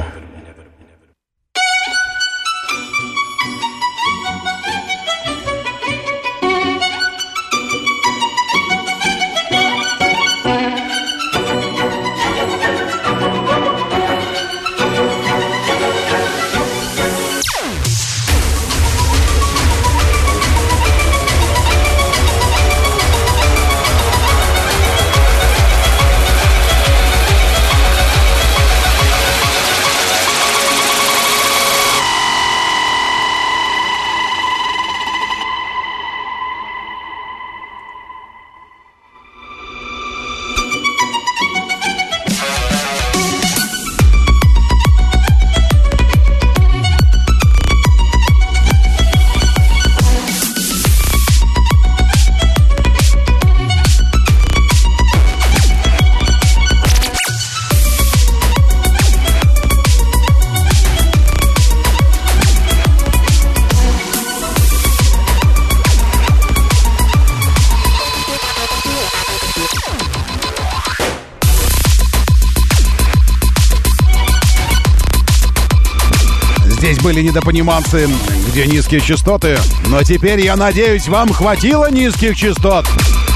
Speaker 2: Здесь были недопониманцы, где низкие частоты. Но теперь, я надеюсь, вам хватило низких частот.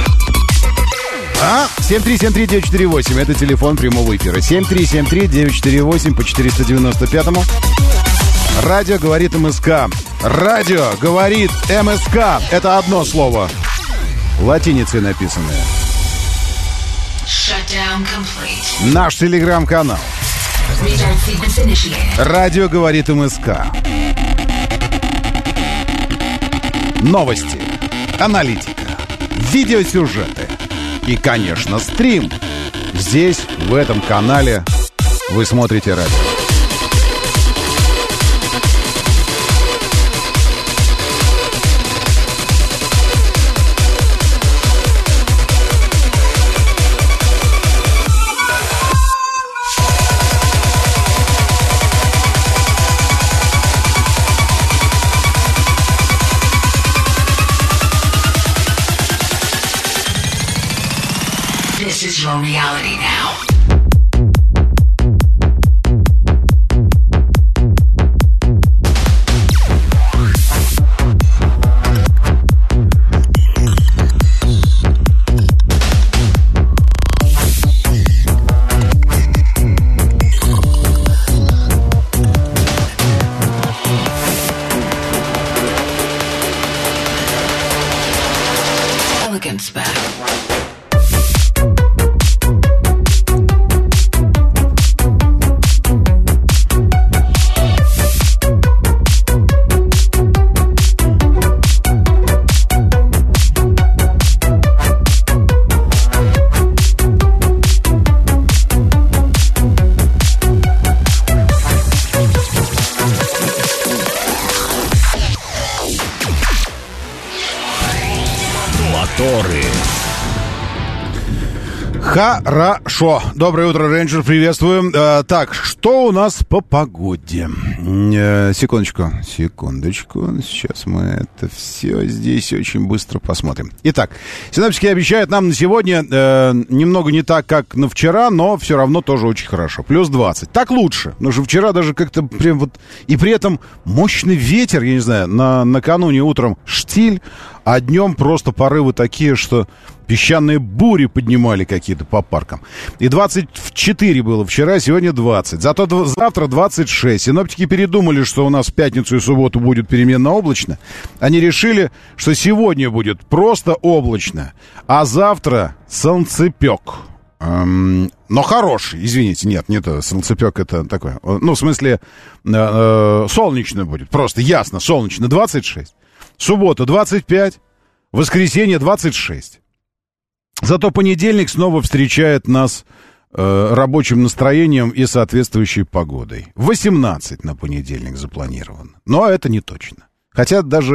Speaker 2: 7373948. Это телефон прямого эфира. 7373948 по 495-му. Радио говорит МСК. Радио говорит МСК. Это одно слово. Латиницей написанное. Наш телеграм-канал. Радио говорит МСК. Новости, аналитика, видеосюжеты и, конечно, стрим. Здесь, в этом канале, вы смотрите радио.
Speaker 6: This is your reality now. Elegance back.
Speaker 2: Хорошо. Доброе утро, рейнджер, приветствуем. Так, что у нас по погоде? Секундочку. Сейчас мы это все здесь очень быстро посмотрим. Итак, синоптики обещают нам на сегодня немного не так, как на вчера, но все равно тоже очень хорошо. Плюс 20. Так лучше. Потому что вчера даже как-то прям вот... И при этом мощный ветер, я не знаю, накануне утром штиль, а днем просто порывы такие, что... Песчаные бури поднимали какие-то по паркам. И 24 было вчера, сегодня 20. Зато завтра 26. Синоптики передумали, что у нас в пятницу и субботу будет переменно облачно. Они решили, что сегодня будет просто облачно, а завтра солнцепек. Но хороший, извините, нет, не то, солнцепек это такое. Ну, в смысле, солнечно будет, просто ясно, солнечно, 26. Суббота 25, воскресенье 26. Зато понедельник снова встречает нас рабочим настроением и соответствующей погодой. 18 на понедельник запланировано. Но это не точно. Хотя даже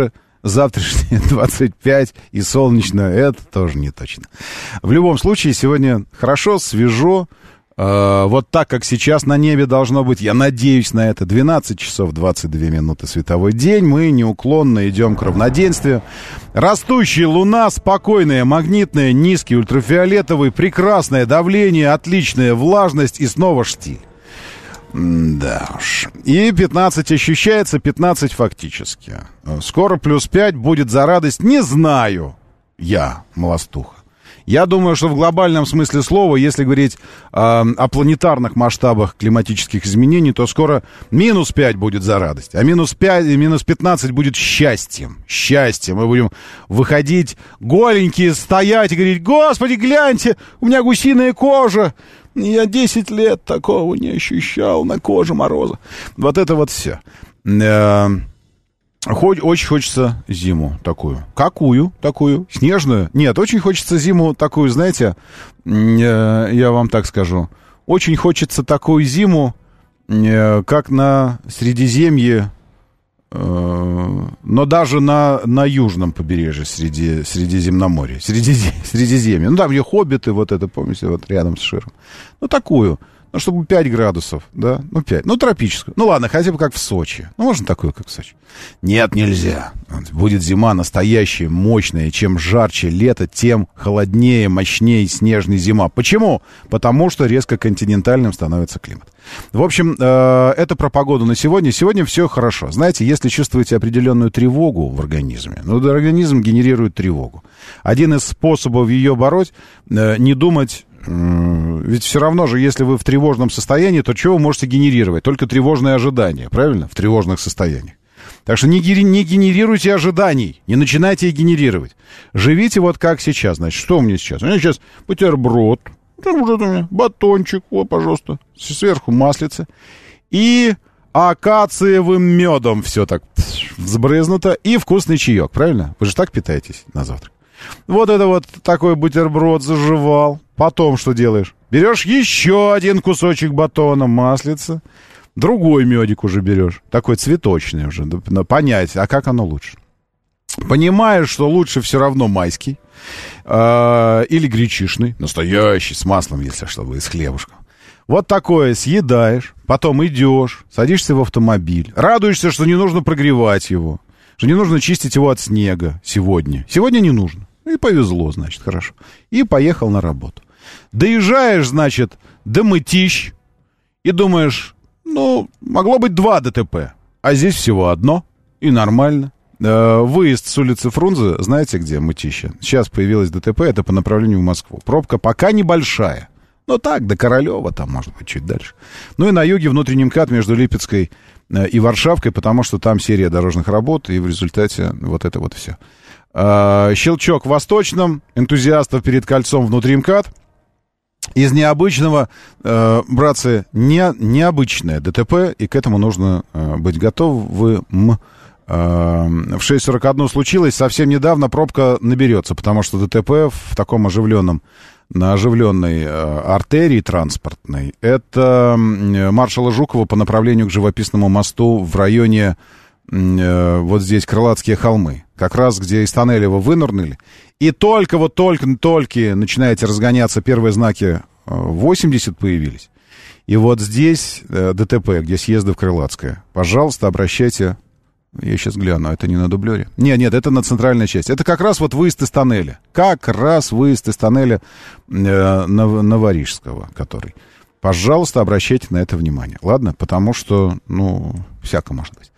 Speaker 2: завтрашнее 25 и солнечно, это тоже не точно. В любом случае, сегодня хорошо, свежо. Вот так, как сейчас на небе должно быть, я надеюсь на это. 12 часов 22 минуты световой день. Мы неуклонно идем к равноденствию. Растущая луна, спокойная, магнитная, низкий ультрафиолетовый, прекрасное давление, отличная влажность и снова штиль. Да уж. И 15 ощущается, 15 фактически. Скоро плюс 5 будет за радость. Не знаю я, Молостуха. Я думаю, что в глобальном смысле слова, если говорить о планетарных масштабах климатических изменений, то скоро минус 5 будет за радость, а минус 5 и минус 15 будет счастьем. Счастьем. Мы будем выходить голенькие, стоять и говорить: «Господи, гляньте, у меня гусиная кожа. Я 10 лет такого не ощущал на коже мороза». Вот это вот все. Очень хочется зиму такую. Какую? Такую? Снежную? Нет, очень хочется зиму такую, знаете, я вам так скажу. Очень хочется такую зиму, как на Средиземье, но даже на южном побережье Средиземноморья. Средиземье. Ну, там где хоббиты, вот это, помните, вот рядом с Широм. Ну, такую. Ну, чтобы 5 градусов, да? Ну, 5. Ну, тропическую. Ну, ладно, хотя бы как в Сочи. Ну, можно такую, как в Сочи? Нет, нельзя. Будет зима настоящая, мощная. Чем жарче лето, тем холоднее, мощнее снежная зима. Почему? Потому что резко континентальным становится климат. В общем, это про погоду на сегодня. Сегодня все хорошо. Знаете, если чувствуете определенную тревогу в организме, ну, организм генерирует тревогу. Один из способов ее бороть — не думать. Ведь все равно же, если вы в тревожном состоянии, то что вы можете генерировать? Только тревожные ожидания, правильно? В тревожных состояниях. Так что не генерируйте ожиданий, не начинайте их генерировать. Живите вот как сейчас. Значит, что у меня сейчас? У меня сейчас бутерброд, батончик, вот, пожалуйста, сверху маслица. И акациевым медом все так взбрызнуто. И вкусный чаек, правильно? Вы же так питаетесь на завтрак. Вот это вот такой бутерброд заживал. Потом что делаешь? Берешь еще один кусочек батона, маслица. Другой медик уже берешь. Такой цветочный уже. Понять, а как оно лучше? Понимаешь, что лучше все равно майский. Или гречишный. Настоящий, с маслом, если что, с хлебушком. Вот такое съедаешь. Потом идешь, садишься в автомобиль. Радуешься, что не нужно прогревать его. Что не нужно чистить его от снега сегодня. Сегодня не нужно. И повезло, значит, хорошо. И поехал на работу. Доезжаешь, значит, до Мытищ. И думаешь, ну, могло быть 2 ДТП. А здесь всего одно. И нормально. Выезд с улицы Фрунзе, знаете, где Мытища? Сейчас появилось ДТП, это по направлению в Москву. Пробка пока небольшая. Но так, до Королева, там, может быть, чуть дальше. Ну и на юге внутренний МКАД между Липецкой и Варшавкой, потому что там серия дорожных работ, и в результате вот это вот все. Щелчок в Восточном, энтузиастов перед кольцом внутри МКАД. Из необычного, братцы, необычное ДТП, и к этому нужно быть готовым. В 6:41 случилось, совсем недавно пробка наберется, потому что ДТП в таком на оживленной артерии транспортной, это маршала Жукова по направлению к Живописному мосту в районе вот здесь Крылатские холмы, как раз где из тоннеля вы вынырнули, и только начинаете разгоняться, первые знаки 80 появились, и вот здесь ДТП, где съезды в Крылатское. Пожалуйста, обращайте. Я сейчас гляну, это не на дублере? Нет, это на центральной части. Это как раз вот выезд из тоннеля. Как раз выезд из тоннеля Новорижского, который. Пожалуйста, обращайте на это внимание. Ладно? Потому что, всяко может быть.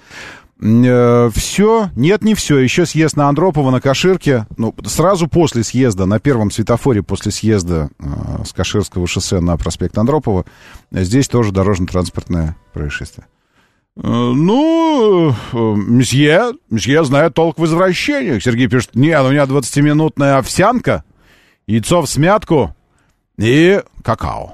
Speaker 2: Все? Нет, не все. Еще съезд на Андропова, на Каширке. Сразу после съезда, на первом светофоре после съезда с Каширского шоссе на проспект Андропова, здесь тоже дорожно-транспортное происшествие. Месье знает толк в извращениях. Сергей пишет, у меня 20-минутная овсянка, яйцо в смятку и какао.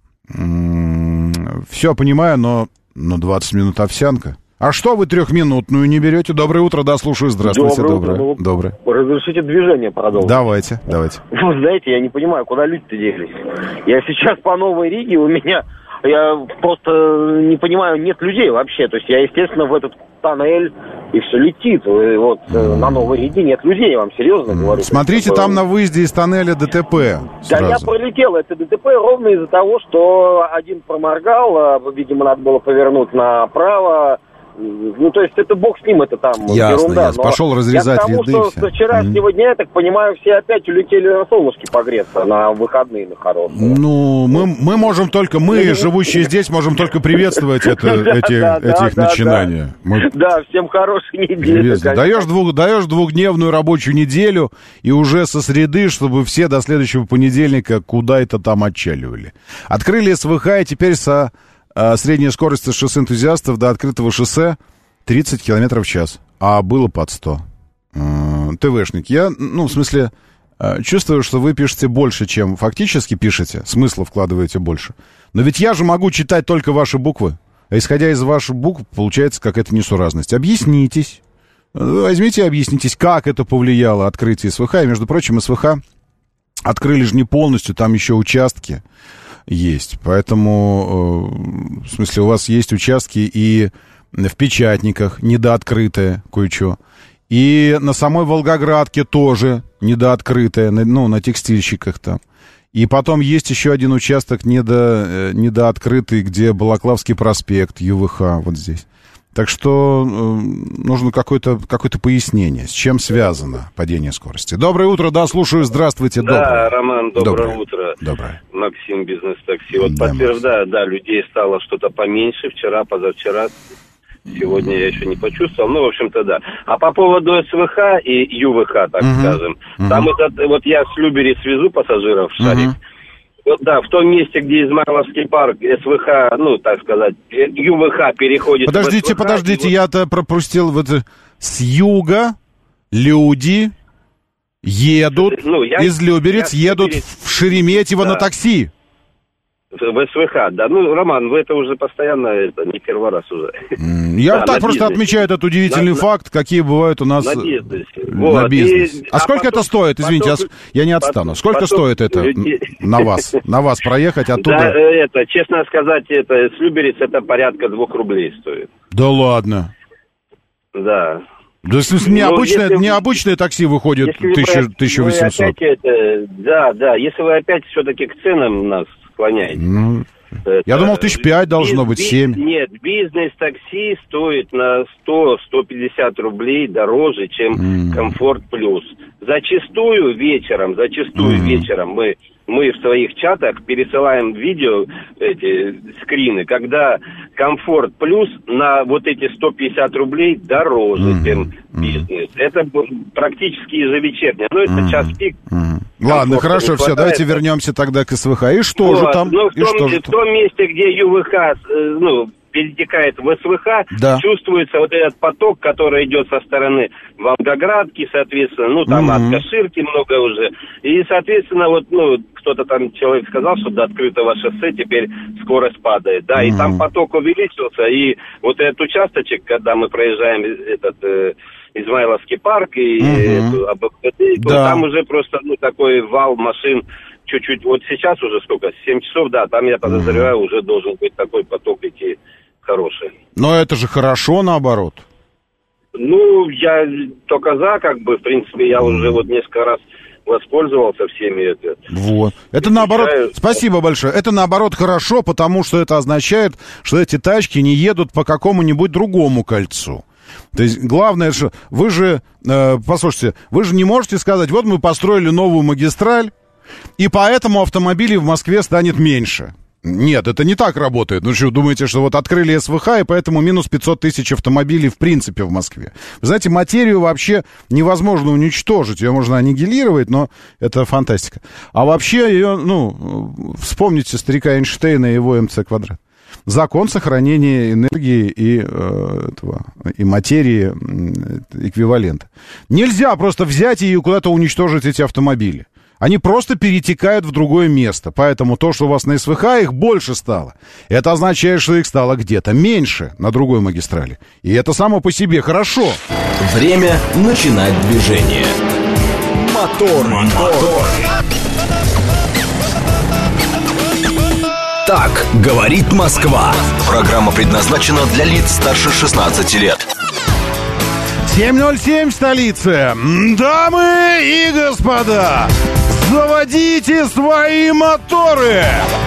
Speaker 2: Все понимаю, но 20 минут овсянка. А что вы 3-минутную не берете? Доброе утро, да, слушаю. Здравствуйте. Доброе.
Speaker 7: Разрешите движение продолжить?
Speaker 2: Давайте.
Speaker 7: Вы знаете, я не понимаю, куда люди-то делись. Я сейчас по Новой Риге, у меня Я просто не понимаю, нет людей вообще. То есть я, естественно, в этот тоннель, и все летит. И вот на Новой Риге нет людей, я вам серьезно говорю.
Speaker 2: Смотрите, там на выезде из тоннеля ДТП
Speaker 7: Да, я пролетел это ДТП ровно из-за того, что один проморгал, видимо, надо было повернуть направо. Ну, то есть это бог с ним, это там ерунда.
Speaker 2: Ясно. Пошел разрезать
Speaker 7: я к тому,
Speaker 2: ряды.
Speaker 7: что со вчерашнего дня, я так понимаю, все опять улетели на солнышке погреться на выходные, на хорошие.
Speaker 2: Ну, мы можем только, мы, живущие здесь, можем только приветствовать этих начинания.
Speaker 7: Да, всем хорошей недели.
Speaker 2: Даешь двухдневную рабочую неделю, и уже со среды, чтобы все до следующего понедельника куда это там отчаливали. Открыли СВХ, и теперь средняя скорость с шоссе энтузиастов до открытого шоссе 30 км в час. А было под 100. ТВшник, я, в смысле, чувствую, что вы пишете больше, чем фактически пишете. Смысла вкладываете больше. Но ведь я же могу читать только ваши буквы. А исходя из ваших букв, получается какая-то несуразность. Объяснитесь. Возьмите и объяснитесь, как это повлияло открытие СВХ. И, между прочим, СВХ открыли же не полностью, там еще участки есть. Поэтому, в смысле, у вас есть участки и в Печатниках недооткрытые кое-что. И на самой Волгоградке тоже недооткрытые, на текстильщиках там. И потом есть еще один участок недооткрытый, где Балаклавский проспект, ЮВХ, вот здесь. Так что нужно какое-то пояснение, с чем связано падение скорости. Доброе утро, да, слушаю, здравствуйте.
Speaker 8: Да, Роман, доброе утро.
Speaker 2: Доброе.
Speaker 8: Максим, бизнес-такси. Вот подтверждаю, да, людей стало что-то поменьше вчера, позавчера. Сегодня я еще не почувствовал, в общем-то, да. А по поводу СВХ и ЮВХ, так скажем, там вот я с Любери свезу пассажиров в Шарик. Вот, да, в том месте, где Измайловский парк, СВХ, так сказать, ЮВХ переходит в СВХ.
Speaker 2: Подождите, я-то пропустил с юга люди едут из Люберец, едут в Шереметьево на такси.
Speaker 8: В СВХ, да. Роман, вы это уже постоянно, не первый раз уже.
Speaker 2: Я так просто отмечаю этот удивительный факт, какие бывают у нас на бизнесе. А сколько это стоит? Извините, я не отстану. Сколько стоит это на вас проехать оттуда?
Speaker 8: Да, честно сказать, с Люберец это порядка 2 рублей стоит.
Speaker 2: Да ладно?
Speaker 8: Да.
Speaker 2: Да, в смысле, необычное такси выходит 1800.
Speaker 8: Да, если вы опять все-таки к ценам нас склоняете.
Speaker 2: Я думал, 5 должно быть, 7.
Speaker 8: Нет, бизнес-такси стоит на 100-150 рублей дороже, чем Комфорт Плюс. Зачастую вечером мы в своих чатах пересылаем видео, скрины, когда Комфорт Плюс на вот эти 150 рублей дороже, чем бизнес. Это практически ежевечернее. Это час пик.
Speaker 2: Ладно, хорошо, все, давайте вернемся тогда к СВХ. И что же там?
Speaker 8: В том месте, где ЮВХ, перетекает в СВХ, чувствуется вот этот поток, который идет со стороны Волгоградки, соответственно, там от Каширки много уже. И, соответственно, кто-то там, человек сказал, что до открытого шоссе теперь скорость падает, да, и там поток увеличился, и вот этот участочек, когда мы проезжаем Измайловский парк и там уже просто, такой вал машин, чуть-чуть, вот сейчас уже сколько, 7 часов, да, там, я подозреваю, уже должен быть такой поток идти хороший. Но
Speaker 2: это же хорошо, наоборот.
Speaker 8: Я только за, в принципе, я уже несколько раз воспользовался всеми
Speaker 2: Вот. Это наоборот, спасибо большое, это наоборот хорошо, потому что это означает, что эти тачки не едут по какому-нибудь другому кольцу. То есть главное, что вы же, послушайте, вы же не можете сказать, вот мы построили новую магистраль, и поэтому автомобилей в Москве станет меньше. Нет, это не так работает. Ну что, думаете, что открыли СВХ, и поэтому минус 500 тысяч автомобилей в принципе в Москве? Вы знаете, материю вообще невозможно уничтожить. Ее можно аннигилировать, но это фантастика. А вообще ее, вспомните старика Эйнштейна и его МЦ квадрат. Закон сохранения энергии и материи эквивалента. Нельзя просто взять и куда-то уничтожить эти автомобили. Они просто перетекают в другое место. Поэтому то, что у вас на СВХ, их больше стало. Это означает, что их стало где-то меньше на другой магистрали. И это само по себе хорошо.
Speaker 1: Время начинать движение. Мотор. Так говорит Москва. Программа предназначена для лиц старше 16 лет.
Speaker 2: 7:07 в столице. Дамы и господа, заводите свои моторы.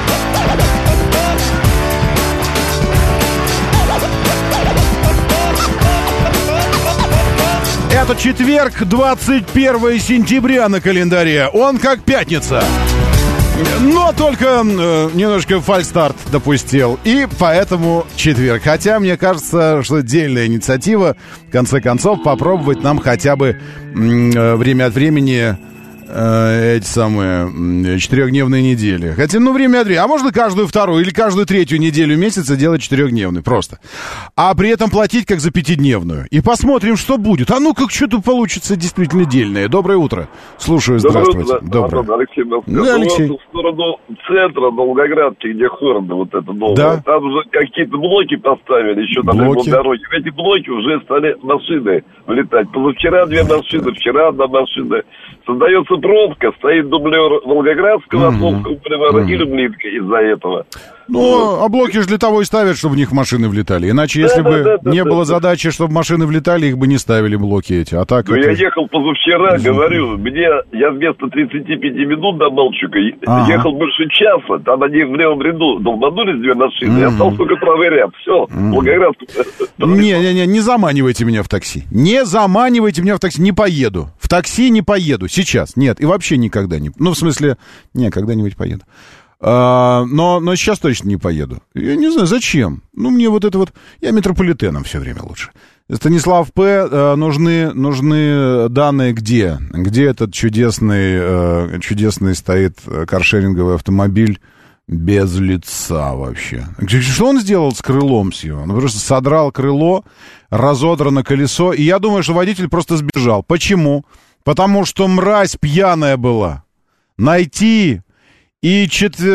Speaker 2: Это четверг, 21 сентября на календаре. Он как пятница. Но только немножко фальстарт допустил. И поэтому четверг. Хотя мне кажется, что отдельная инициатива, в конце концов, попробовать нам хотя бы время от времени эти самые 4-дневные недели. Хотя, время от времени. А можно каждую вторую или каждую третью неделю месяца делать 4-дневный просто. А при этом платить как за 5-дневную. И посмотрим, что будет. А как что-то получится действительно дельное. Доброе утро. Слушаю, здравствуйте.
Speaker 9: Доброе. Алексей Москва.
Speaker 2: Да, Алексей.
Speaker 9: В сторону центра, Волгоградки, где Хорда, вот это новое. Да. Там уже какие-то блоки поставили, еще там ремонт дороги. В эти блоки уже стали машины влетать. Позавчера 2 машины, вчера 1 машина. Создается пробка, стоит дублер Волгоградского, Ословского бульвара и Люблинка из-за этого.
Speaker 2: А блоки же для того и ставят, чтобы в них машины влетали. Иначе, если бы не было задачи, чтобы машины влетали, их бы не ставили блоки эти. А так
Speaker 9: я ехал позавчера, говорю, я вместо 35 минут до Малчука ехал больше часа. Там они в левом ряду долбанулись 2 машины, я остался только правый ряд. Все, Волгоградский.
Speaker 2: Не заманивайте меня в такси. Не заманивайте меня в такси. Не поеду. В такси не поеду. Сейчас. Нет. И вообще никогда не... в смысле, когда-нибудь поеду. Но сейчас точно не поеду. Я не знаю, зачем. Мне вот это вот... Я метрополитеном все время лучше. Станислав П. Нужны данные где? Где этот чудесный стоит каршеринговый автомобиль без лица вообще? Что он сделал с крылом с его? Он просто содрал крыло, разодрано колесо, и я думаю, что водитель просто сбежал. Почему? Потому что мразь пьяная была. Найти... И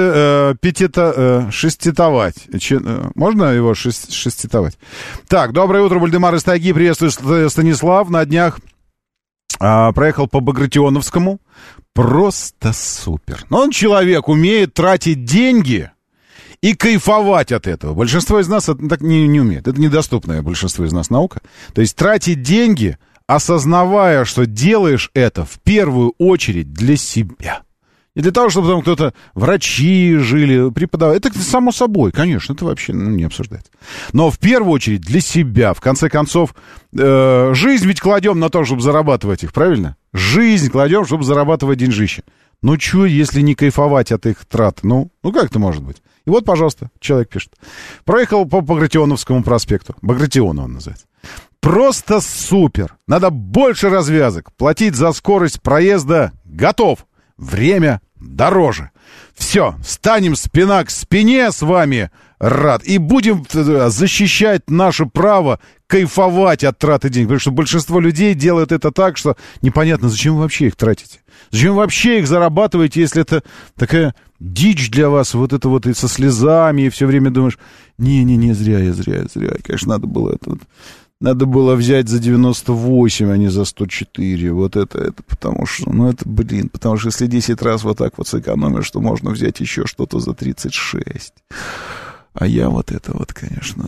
Speaker 2: шеститовать. Можно его шеститовать? Так, доброе утро, Вальдемар из Тайги. Приветствую, Станислав. На днях проехал по Багратионовскому. Просто супер. Но он человек, умеет тратить деньги и кайфовать от этого. Большинство из нас это так не умеет. Это недоступная большинству из нас наука. То есть тратить деньги, осознавая, что делаешь это в первую очередь для себя. И для того, чтобы там кто-то, врачи жили, преподаватели. Это само собой, конечно, это вообще не обсуждается. Но в первую очередь для себя. В конце концов, жизнь ведь кладем на то, чтобы зарабатывать их, правильно? Жизнь кладем, чтобы зарабатывать деньжища. Что, если не кайфовать от их трат? Как это может быть? И вот, пожалуйста, человек пишет. Проехал по Багратионовскому проспекту. Багратионов он называется. Просто супер. Надо больше развязок. Платить за скорость проезда готов. Время дороже. Все, станем спина к спине с вами, рад. И будем защищать наше право кайфовать от траты денег. Потому что большинство людей делают это так, что непонятно, зачем вы вообще их тратите. Зачем вы вообще их зарабатываете, если это такая дичь для вас, вот это вот и со слезами, и все время думаешь, не, зря. Конечно, надо было взять за 98, а не за 104. Вот это потому что... потому что если 10 раз вот так вот сэкономишь, то можно взять еще что-то за 36. А я конечно,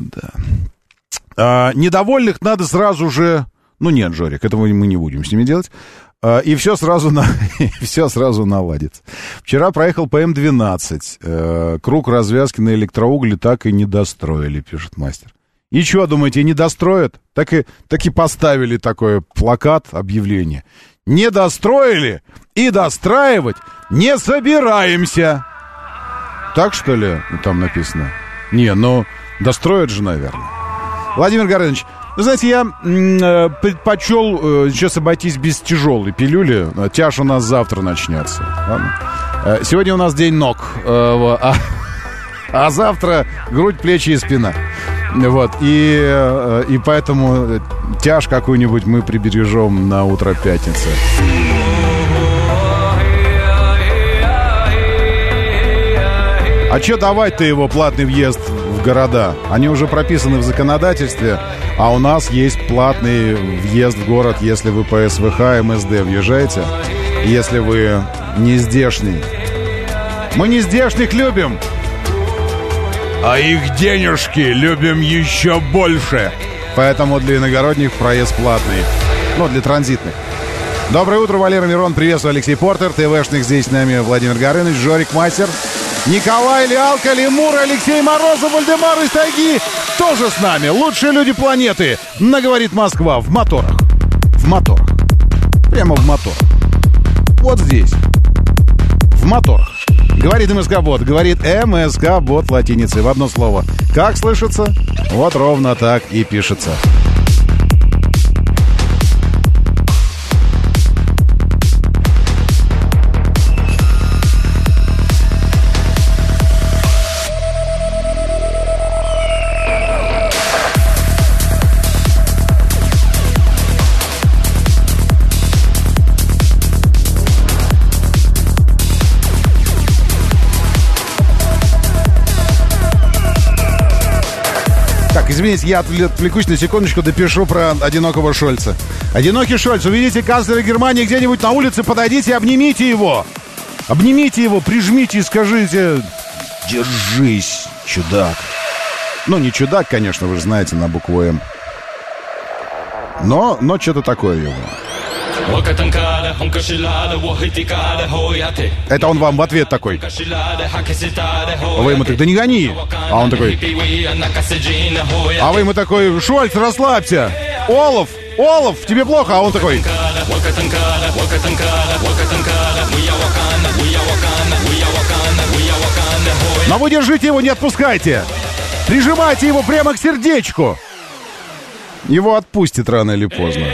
Speaker 2: да. Недовольных надо сразу же... нет, Жорик, этого мы не будем с ними делать. И все сразу наладится. Вчера проехал по М12. Круг развязки на электроугле так и не достроили, пишет мастер. И что, думаете, не достроят? Так и поставили такой плакат, объявление. Не достроили и достраивать не собираемся. Так, что ли, там написано? Достроят же, наверное. Владимир Горыныч, вы знаете, я предпочел сейчас обойтись без тяжелой пилюли. Тяж у нас завтра начнется. Ладно? Сегодня у нас день ног. А завтра грудь, плечи и спина. И поэтому тяж какую-нибудь мы прибережем на утро пятницы. А что давать-то его платный въезд в города? Они уже прописаны в законодательстве, а у нас есть платный въезд в город, если вы по СВХ, МСД въезжаете, если вы не здешний. Мы не здешних любим. а их денежки любим еще больше. Поэтому для иногородних проезд платный. Ну, для транзитных. Доброе утро, Валера Мирон. Приветствую, Алексей Портер. ТВшник здесь с нами Владимир Горыныч, Жорик Мастер, Николай Лялка, Лемур, Алексей Морозов, Вальдемар из тайги тоже с нами. Лучшие люди планеты. Наговорит Москва в моторах. В моторах. Прямо в моторах. Вот здесь. В моторах. Говорит МСК-бот. Говорит МСК-бот латиницей в одно слово. Как слышится? Вот ровно так и пишется. Извините, я отвлекусь на секундочку, допишу про одинокого Шольца. Одинокий Шольц, увидите канцлера Германии где-нибудь на улице, подойдите и обнимите его. Обнимите его, прижмите и скажите: держись, чудак. Ну, не чудак, конечно, вы же знаете, на букву М. Но что-то такое его. Это он вам в ответ такой. Вы ему так: да не гони. А он такой: а вы ему такой: Шольц, расслабься. Олаф, тебе плохо. А он такой: но вы держите его, не отпускайте. Прижимайте его прямо к сердечку. Его отпустит рано или поздно.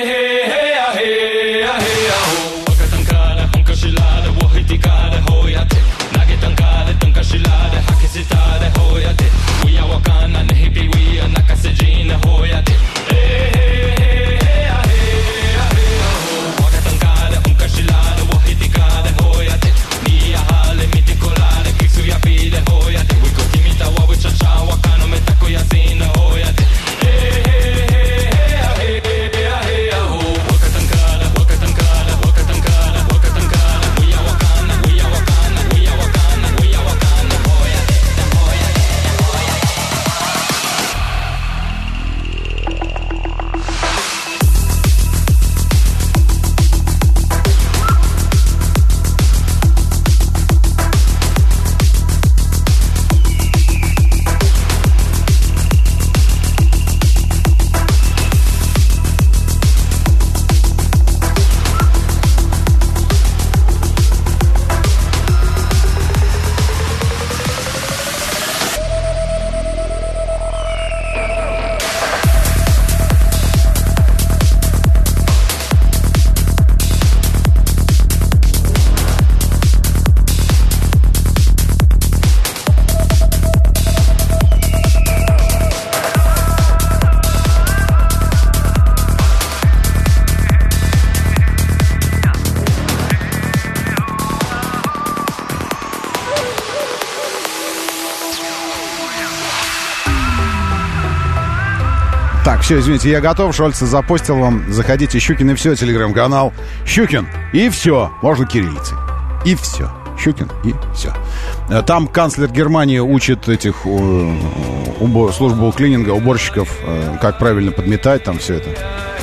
Speaker 2: Так, все, извините, я готов. Шольца запостил вам. Заходите, Щукин и все, телеграм-канал. Щукин и все. Можно кириллицей. И все. Щукин и все. Там канцлер Германии учит этих службу клининга, уборщиков, как правильно подметать, там все это.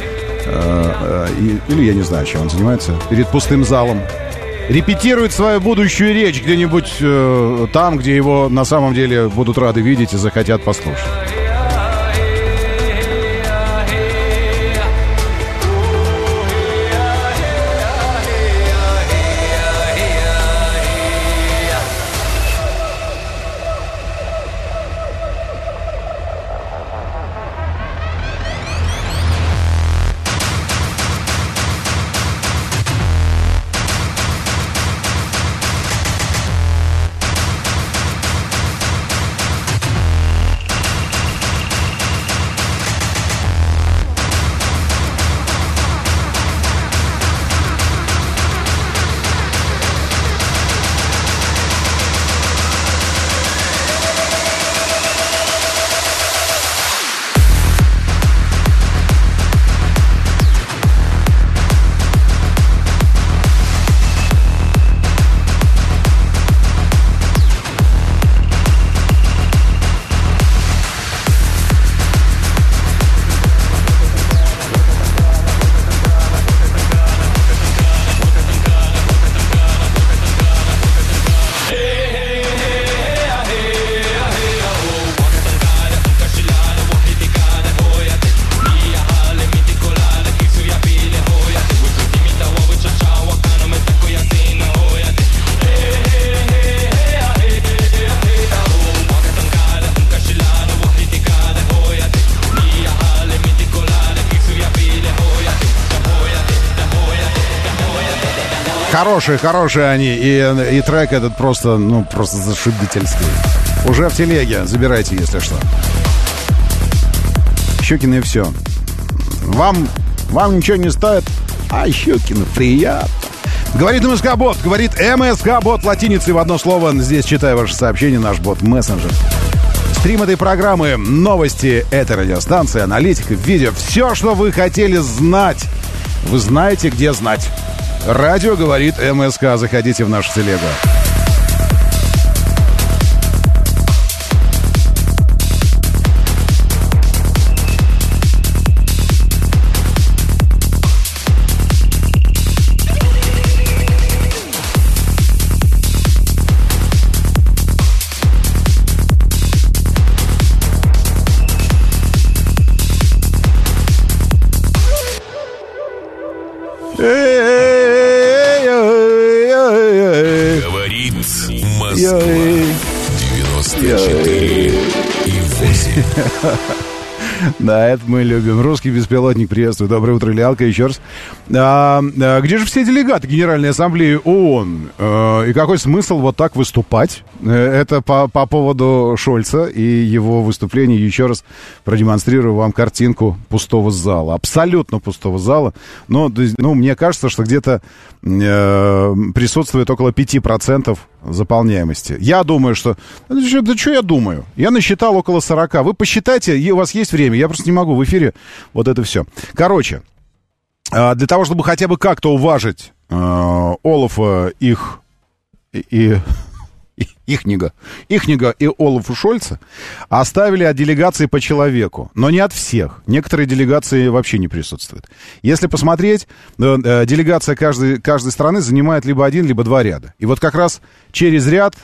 Speaker 2: Или я не знаю, чем он занимается. Перед пустым залом. Репетирует свою будущую речь где-нибудь там, где его на самом деле будут рады видеть и захотят послушать. Хорошие они. И трек этот просто зашибительский. Уже в телеге. Забирайте, если что. Щукины, все. Вам ничего не стоит, а Щукину приятно. Говорит МСК-бот, говорит МСК-бот латиницей в одно слово. Здесь читаю ваше сообщение, наш бот-мессенджер. Стрим этой программы, новости этой радиостанции, аналитика, видео. Все, что вы хотели знать, вы знаете, где знать. Радио говорит МСК. Заходите в нашу телегу.
Speaker 10: Говорит Москва 94,8.
Speaker 2: Да, это мы любим. Русский беспилотник, приветствую. Доброе утро, Лялка, еще раз. Где же все делегаты Генеральной Ассамблеи ООН? И какой смысл вот так выступать? Это по поводу Шольца и его выступления. Еще раз продемонстрирую вам картинку пустого зала. Абсолютно пустого зала. Но мне кажется, что где-то присутствует около 5% заполняемости. Я думаю, что... Да что я думаю? Я насчитал около 40. Вы посчитайте, у вас есть время. Я просто не могу в эфире вот это все. Короче, для того, чтобы хотя бы как-то уважить Олафа, Ихнига и Олафа Шольца, оставили от делегации по человеку. Но не от всех. Некоторые делегации вообще не присутствуют. Если посмотреть, делегация каждой страны занимает либо один, либо два ряда. И вот как раз через ряд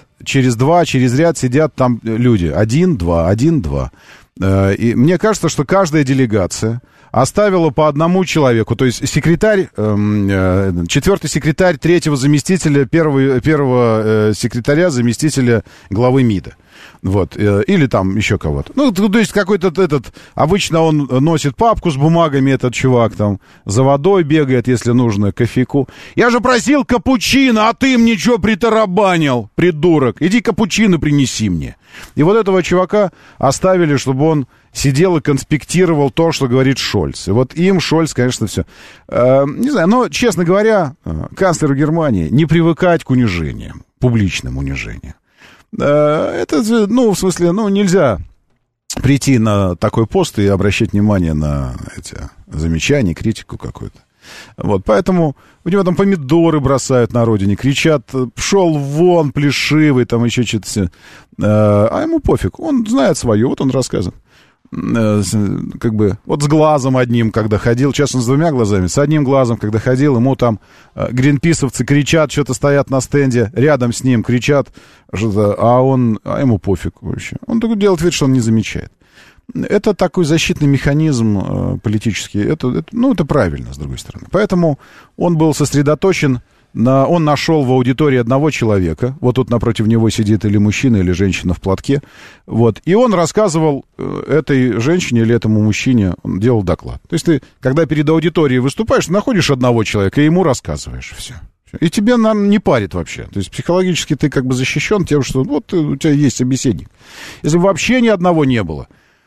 Speaker 2: сидят там люди. 1, 2, 1, 2. И мне кажется, что каждая делегация оставила по одному человеку, то есть секретарь, четвертый секретарь, третьего заместителя, первого секретаря, заместителя главы МИДа. Вот, или там еще кого-то. Ну, то есть какой-то обычно он носит папку с бумагами, этот чувак там за водой бегает, если нужно, кофейку. Я же просил капучино, а ты мне что притарабанил, придурок? Иди капучино принеси мне. И вот этого чувака оставили, чтобы он сидел и конспектировал то, что говорит Шольц. И вот им Шольц, конечно, все. Не знаю, но, честно говоря, канцлеру Германии не привыкать к унижениям, публичным унижениям. Это, в смысле, нельзя прийти на такой пост и обращать внимание на эти замечания, критику какую-то. Вот, поэтому у него там помидоры бросают на родине, кричат: пшел вон, плешивый, там еще что-то. А ему пофиг, он знает свое, вот он рассказывает. Как бы, вот с глазом одним, когда ходил, сейчас он с двумя глазами, с одним глазом, когда ходил, ему там гринписовцы кричат, что-то стоят на стенде, рядом с ним кричат, что-то, а ему пофиг вообще. Он только делает вид, что он не замечает. Это такой защитный механизм политический, это правильно, с другой стороны. Поэтому он был сосредоточен он нашел в аудитории одного человека, вот тут напротив него сидит или мужчина, или женщина в платке, вот, и он рассказывал этой женщине или этому мужчине, он делал доклад. То есть ты, когда перед аудиторией выступаешь, находишь одного человека и ему рассказываешь все. И тебя, наверное, не парит вообще. То есть психологически ты как бы защищен тем, что вот у тебя есть собеседник. Если бы вообще ни одного не было,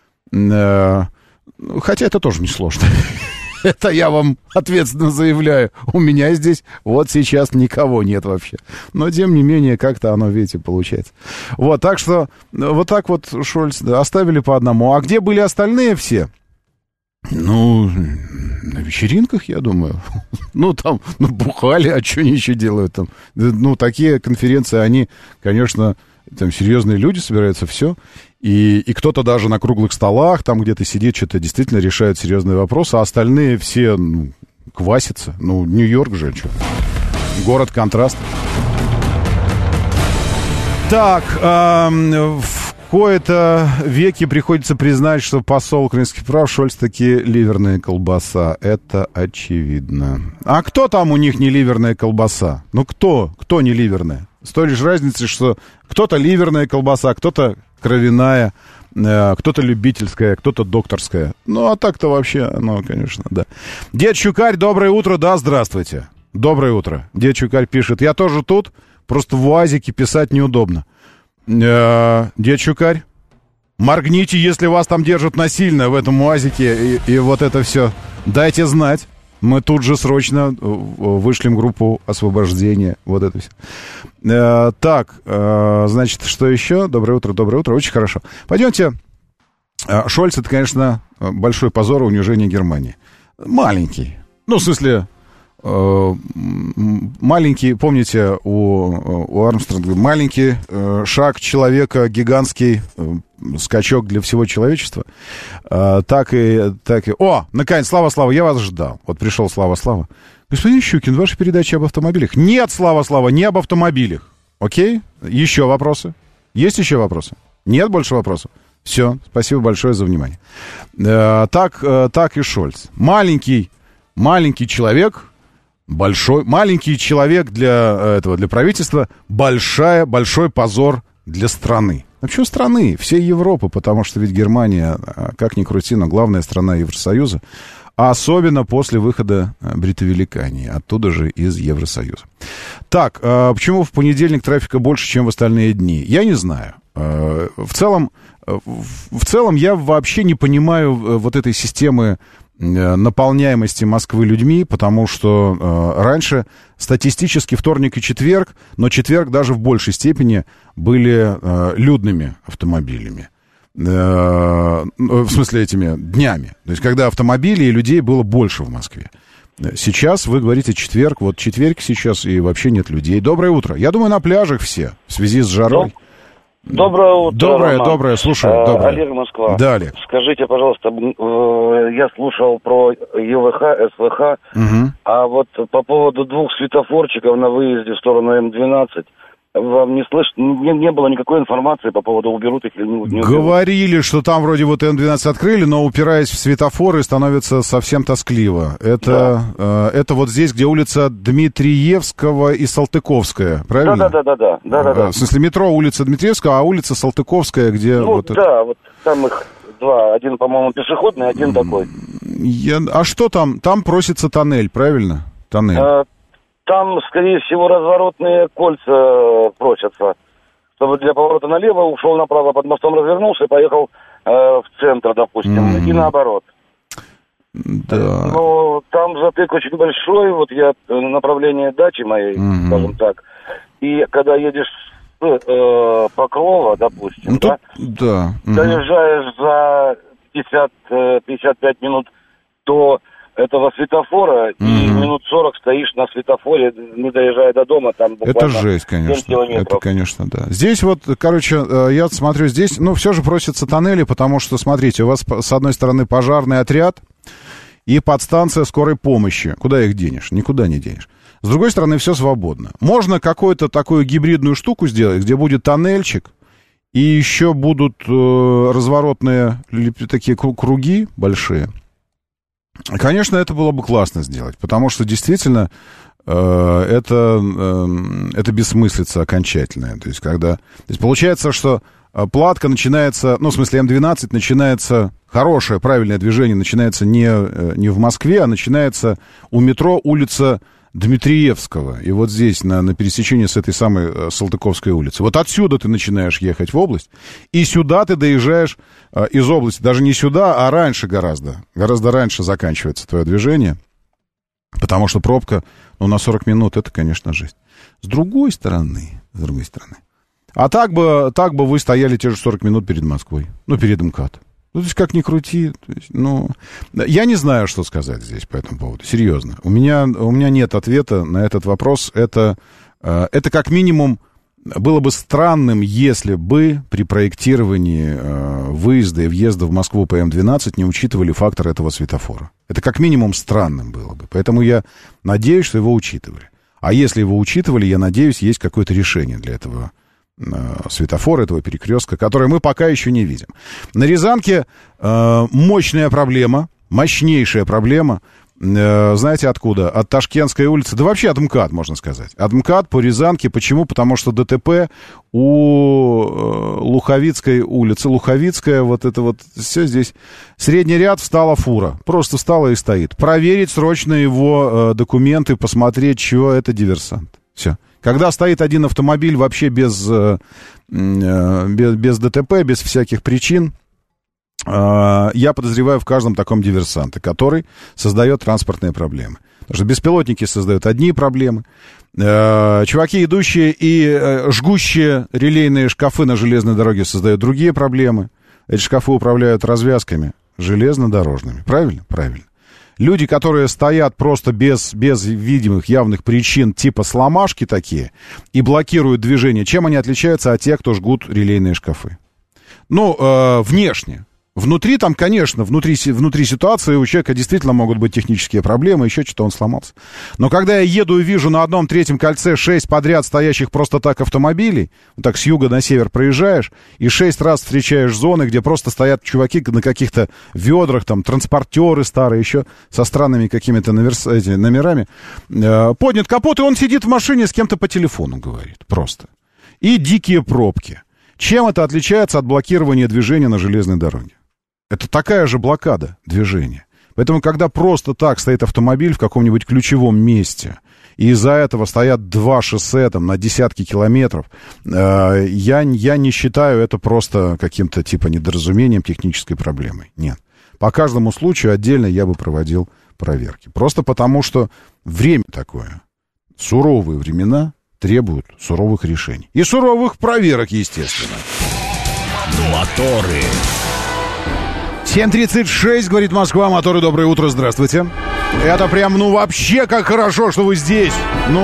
Speaker 2: хотя это тоже несложно. Это я вам ответственно заявляю. У меня здесь вот сейчас никого нет вообще. Но, тем не менее, как-то оно, видите, получается. Вот, так что вот так вот Шольц оставили по одному. А где были остальные все? На вечеринках, я думаю. Там, бухали, а что они еще делают там? Такие конференции, они, конечно, там серьезные люди собираются, все. И кто-то даже на круглых столах, там где-то сидит, что-то действительно решает серьезные вопросы, а остальные все, квасятся. Нью-Йорк же, что? Город контраст. Так, в кои-то веки приходится признать, что посол украинских прав Шольц таки ливерная колбаса. Это очевидно. А кто там у них не ливерная колбаса? Кто не ливерная? С той лишь разницей, что кто-то ливерная колбаса, кто-то кровяная, кто-то любительская, кто-то докторская. А так-то вообще, конечно, да. Дед Щукарь, доброе утро, да, здравствуйте. Доброе утро. Дед Чукарь пишет. Я тоже тут, просто в УАЗике писать неудобно. Дед Чукарь, моргните, если вас там держат насильно в этом УАЗике, и вот это все. Дайте знать. Мы тут же срочно вышлем группу освобождения. Вот это все. Так, значит, что еще? Доброе утро, очень хорошо. Пойдемте. Шольц — это, конечно, большой позор и унижение Германии. Маленький. Ну, в смысле, маленький, помните, у Армстронга, маленький шаг человека, гигантский скачок для всего человечества. Так и... О, наконец, Слава, я вас ждал. Вот пришел Слава. Господин Щукин, ваша передача об автомобилях. Нет, Слава, не об автомобилях. Окей? Еще вопросы? Есть еще вопросы? Нет больше вопросов? Все, спасибо большое за внимание. Так и Шольц. Маленький человек, маленький человек для правительства, большой позор для страны. А почему страны? Всей Европы, потому что ведь Германия, как ни крути, но главная страна Евросоюза, а особенно после выхода Бритовеликании, оттуда же из Евросоюза. Так, почему в понедельник трафика больше, чем в остальные дни? Я не знаю. В целом я вообще не понимаю вот этой системы наполняемости Москвы людьми, потому что раньше статистически вторник и четверг, но четверг даже в большей степени были людными автомобилями. В смысле, этими днями. То есть, когда автомобилей и людей было больше в Москве. Сейчас вы говорите четверг, вот четверг сейчас, и вообще нет людей. Доброе утро. Я думаю, на пляжах все, в связи с жарой.
Speaker 11: Доброе утро,
Speaker 2: Доброе, слушаю.
Speaker 11: Олег, Москва.
Speaker 2: Далее.
Speaker 11: Скажите, пожалуйста, я слушал про ЕВХ, СВХ, а вот по поводу 2 светофорчиков на выезде в сторону М12, вам не слышно, не было никакой информации по поводу, уберут их или не уберут?
Speaker 2: Говорили, что там вроде вот М12 открыли, но упираясь в светофоры, становится совсем тоскливо. Это вот здесь, где улица Дмитриевского и Салтыковская, правильно?
Speaker 11: Да.
Speaker 2: В смысле, метро улица Дмитриевская, а улица Салтыковская, где...
Speaker 11: вот там их 2. Один, по-моему, пешеходный, один такой.
Speaker 2: А что там? Там просится тоннель, правильно? Тоннель.
Speaker 11: Там, скорее всего, разворотные кольца просятся. Чтобы для поворота налево ушел направо, под мостом развернулся и поехал в центр, допустим, и наоборот.
Speaker 2: Да.
Speaker 11: Но там затык очень большой, вот я направление дачи моей, скажем так, и когда едешь с Покрова, допустим, доезжаешь за 50-55 минут до этого светофора, и минут 40 стоишь на светофоре, не доезжая до дома, там буквально...
Speaker 2: Это жесть, конечно. Это, конечно, да. Здесь вот, короче, я смотрю, здесь, все же просятся тоннели, потому что, смотрите, у вас, с одной стороны, пожарный отряд и подстанция скорой помощи. Куда их денешь? Никуда не денешь. С другой стороны, все свободно. Можно какую-то такую гибридную штуку сделать, где будет тоннельчик, и еще будут разворотные такие круги большие. Конечно, это было бы классно сделать, потому что действительно это бессмыслица окончательная. То есть, получается, что платка начинается, в смысле М12 начинается, хорошее, правильное движение начинается не в Москве, а начинается у метро улица Дмитриевского. И вот здесь, на пересечении с этой самой Салтыковской улицы. Вот отсюда ты начинаешь ехать в область, и сюда ты доезжаешь из области. Даже не сюда, а раньше гораздо раньше заканчивается твое движение. Потому что пробка, на 40 минут, это, конечно, жесть. С другой стороны. А так бы вы стояли те же 40 минут перед Москвой. Перед МКАД. То есть, как ни крути, я не знаю, что сказать здесь по этому поводу, серьезно. У меня нет ответа на этот вопрос. Это как минимум было бы странным, если бы при проектировании выезда и въезда в Москву по М12 не учитывали фактор этого светофора. Это как минимум странным было бы. Поэтому я надеюсь, что его учитывали. А если его учитывали, я надеюсь, есть какое-то решение для этого светофора, этого перекрестка, который мы пока еще не видим. На Рязанке мощнейшая проблема, Знаете откуда? От Ташкентской улицы, да вообще от МКАД, можно сказать. От МКАД по Рязанке. Почему? Потому что ДТП у Луховицкой улицы. Луховицкая, вот это вот все здесь. Средний ряд, встала фура. Просто встала и стоит. Проверить срочно его документы, посмотреть, чего это диверсант. Все. Когда стоит один автомобиль вообще без ДТП, без всяких причин, я подозреваю в каждом таком диверсанте, который создает транспортные проблемы. Потому что беспилотники создают одни проблемы. Чуваки, идущие и жгущие релейные шкафы на железной дороге, создают другие проблемы. Эти шкафы управляют развязками железнодорожными. Правильно? Правильно. Люди, которые стоят просто без видимых явных причин, типа сломашки такие, и блокируют движение, чем они отличаются от тех, кто жгут релейные шкафы? Ну, внешне. Внутри там, конечно, внутри ситуации у человека действительно могут быть технические проблемы, еще что-то он сломался. Но когда я еду и вижу на одном третьем кольце 6 подряд стоящих просто так автомобилей, вот так с юга на север проезжаешь, и 6 раз встречаешь зоны, где просто стоят чуваки на каких-то ведрах, там, транспортеры старые, еще со странными какими-то номерами, поднят капот, и он сидит в машине, с кем-то по телефону говорит, просто. И дикие пробки. Чем это отличается от блокирования движения на железной дороге? Это такая же блокада движения. Поэтому, когда просто так стоит автомобиль в каком-нибудь ключевом месте, и из-за этого стоят 2 шоссе там, на десятки километров, я не считаю это просто каким-то типа недоразумением, технической проблемой. Нет. По каждому случаю отдельно я бы проводил проверки. Просто потому, что время такое. Суровые времена требуют суровых решений. И суровых проверок, естественно.
Speaker 1: Моторы.
Speaker 2: 7:36, говорит Москва. Моторы, доброе утро, здравствуйте. Это прям, вообще как хорошо, что вы здесь.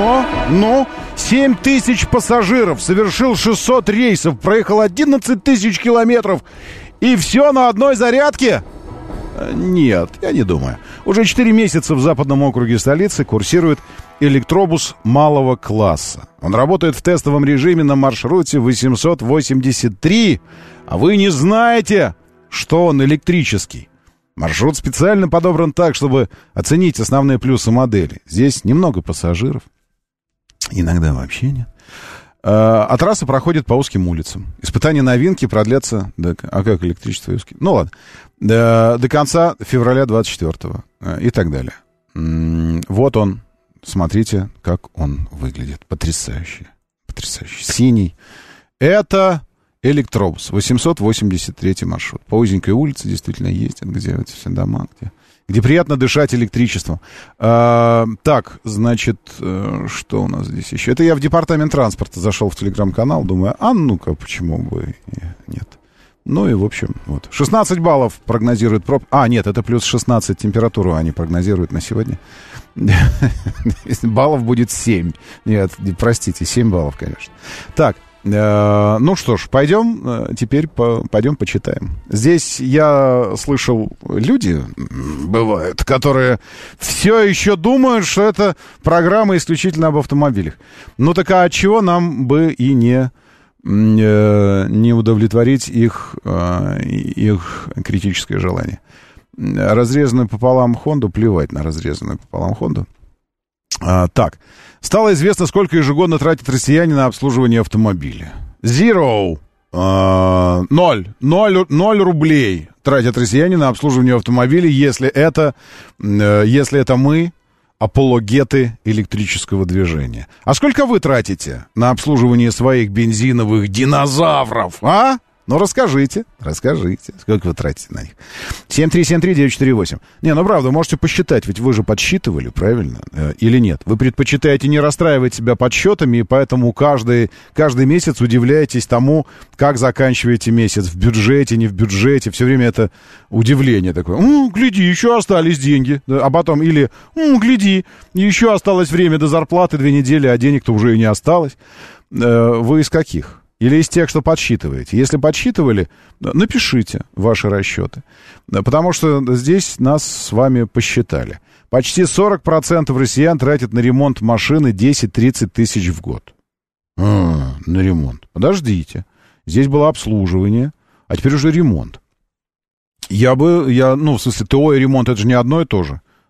Speaker 2: 7 тысяч пассажиров, совершил 600 рейсов, проехал 11 тысяч километров. И все на одной зарядке? Нет, я не думаю. Уже 4 месяца в западном округе столицы курсирует электробус малого класса. Он работает в тестовом режиме на маршруте 883. А вы не знаете, что он электрический. Маршрут специально подобран так, чтобы оценить основные плюсы модели. Здесь немного пассажиров. Иногда вообще нет. А трасса проходит по узким улицам. Испытания новинки продлятся... А как электричество и узкие? Ну ладно. До конца февраля 24-го. И так далее. Вот он. Смотрите, как он выглядит. Потрясающе. Потрясающе. Синий. Это электробус. 883 маршрут. По узенькой улице действительно ездят, где вот все дома, где приятно дышать электричеством. Так, значит, что у нас здесь еще? Это я в департамент транспорта зашел в телеграм-канал, думаю, ну-ка, почему бы нет. Ну и, в общем, вот. 16 баллов прогнозирует нет, это плюс 16 температуру они прогнозируют на сегодня. Баллов будет 7. Нет, простите, 7 баллов, конечно. Так, ну что ж, пойдем почитаем. Здесь я слышал, люди бывают, которые все еще думают, что это программа исключительно об автомобилях. Ну так а от чего нам бы и не удовлетворить их критическое желание? Разрезанную пополам Хонду, плевать на разрезанную пополам Хонду. Так, стало известно, сколько ежегодно тратят россияне на обслуживание автомобиля. Zero. 0 рублей тратят россияне на обслуживание автомобилей, если это мы, апологеты электрического движения. А сколько вы тратите на обслуживание своих бензиновых динозавров, а? Ну, расскажите, сколько вы тратите на них. 7373948. Правда, можете посчитать, ведь вы же подсчитывали, правильно? Или нет? Вы предпочитаете не расстраивать себя подсчетами, и поэтому каждый месяц удивляетесь тому, как заканчиваете месяц, в бюджете, не в бюджете. Все время это удивление такое. Гляди, еще остались деньги. А потом гляди, еще осталось время до зарплаты, 2 недели, а денег-то уже и не осталось. Вы из каких? Или из тех, что подсчитываете? Если подсчитывали, напишите ваши расчеты. Потому что здесь нас с вами посчитали. Почти 40% россиян тратят на ремонт машины 10-30 тысяч в год. На ремонт. Подождите. Здесь было обслуживание, а теперь уже ремонт. ТО и ремонт, это же не одно и то же.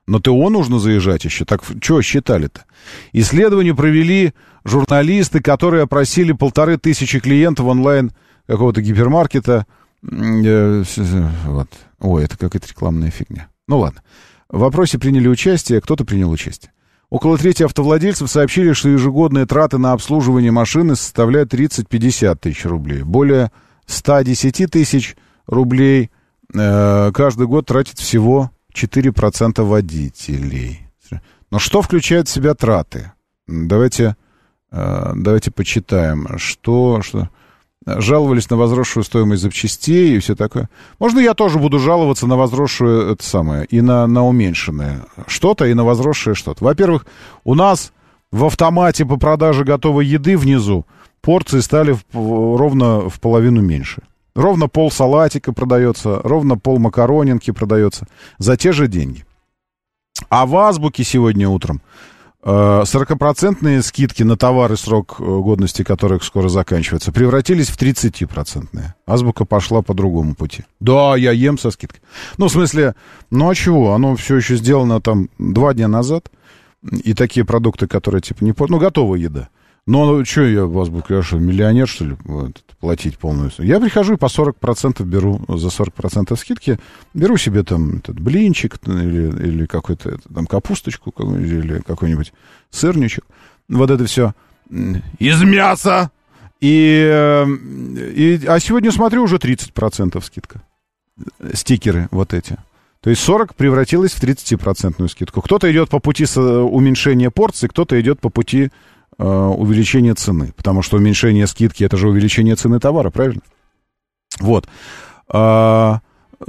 Speaker 2: На ТО нужно заезжать еще. Так что считали-то? Исследование провели журналисты, которые опросили 1500 клиентов онлайн какого-то гипермаркета. Вот. Ой, это какая-то рекламная фигня. Ну ладно. В опросе приняли участие, кто-то принял участие. Около трети автовладельцев сообщили, что ежегодные траты на обслуживание машины составляют 30-50 тысяч рублей. Более 110 тысяч рублей каждый год тратит всего 4% водителей. Но что включают в себя траты? Давайте почитаем, что жаловались на возросшую стоимость запчастей и все такое. Можно я тоже буду жаловаться на возросшую и на уменьшенное что-то, и на возросшее что-то. Во-первых, у нас в автомате по продаже готовой еды внизу порции стали ровно в половину меньше. Ровно пол салатика продается, ровно пол макаронинки продается за те же деньги. А в Азбуке сегодня утром 40% скидки на товары, срок годности которых скоро заканчивается, превратились в 30%. Азбука пошла по другому пути. Да, я ем со скидкой. Ну, в смысле, ну а чего? Оно все еще сделано там 2 дня назад. И такие продукты, которые типа не... Ну, готовая еда. Но что я в Азбуке, я что, миллионер, что ли, платить полную? Я прихожу и по 40% беру, за 40% скидки, беру себе там этот блинчик или какой-то там капусточку или какой-нибудь сырничек. Вот это все из мяса. А сегодня смотрю, уже 30% скидка. Стикеры вот эти. То есть 40 превратилось в 30% скидку. Кто-то идет по пути уменьшения порции, кто-то идет по пути увеличения цены. Потому что уменьшение скидки — это же увеличение цены товара, правильно? Вот. Но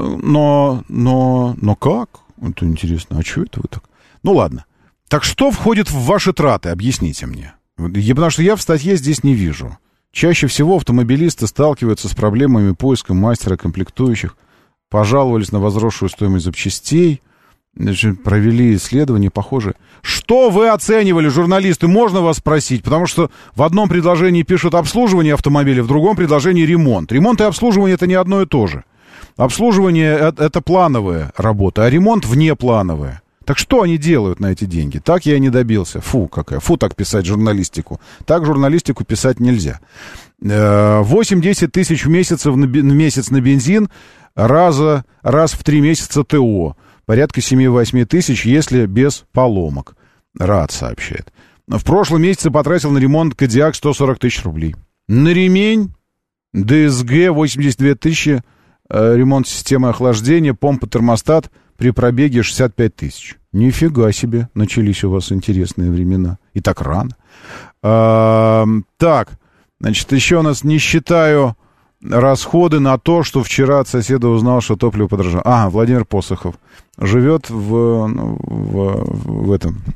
Speaker 2: как? Это интересно. А что это вы так? Ну, ладно. Так что входит в ваши траты? Объясните мне. Потому что я в статье здесь не вижу. Чаще всего автомобилисты сталкиваются с проблемами поиска мастера комплектующих. Пожаловались на возросшую стоимость запчастей. Провели исследование, похоже. Что вы оценивали, журналисты? Можно вас спросить? Потому что в одном предложении пишут обслуживание автомобиля, в другом предложении ремонт. Ремонт и обслуживание — это не одно и то же. Обслуживание — это плановая работа, а ремонт внеплановая. Так что они делают на эти деньги? Так я и не добился. Фу так писать журналистику. Так журналистику писать нельзя. 8-10 тысяч в месяц на бензин, раз в 3 месяца ТО. Порядка 7-8 тысяч, если без поломок. РАД сообщает. В прошлом месяце потратил на ремонт Кодиак 140 тысяч рублей. На ремень ДСГ 82 тысячи, ремонт системы охлаждения, помпа, термостат при пробеге 65 тысяч. Нифига себе, начались у вас интересные времена. И так рано. Так, значит, еще у нас, не считаю расходы на то, что вчера от соседа узнал, что топливо подорожало. Владимир Посохов живет в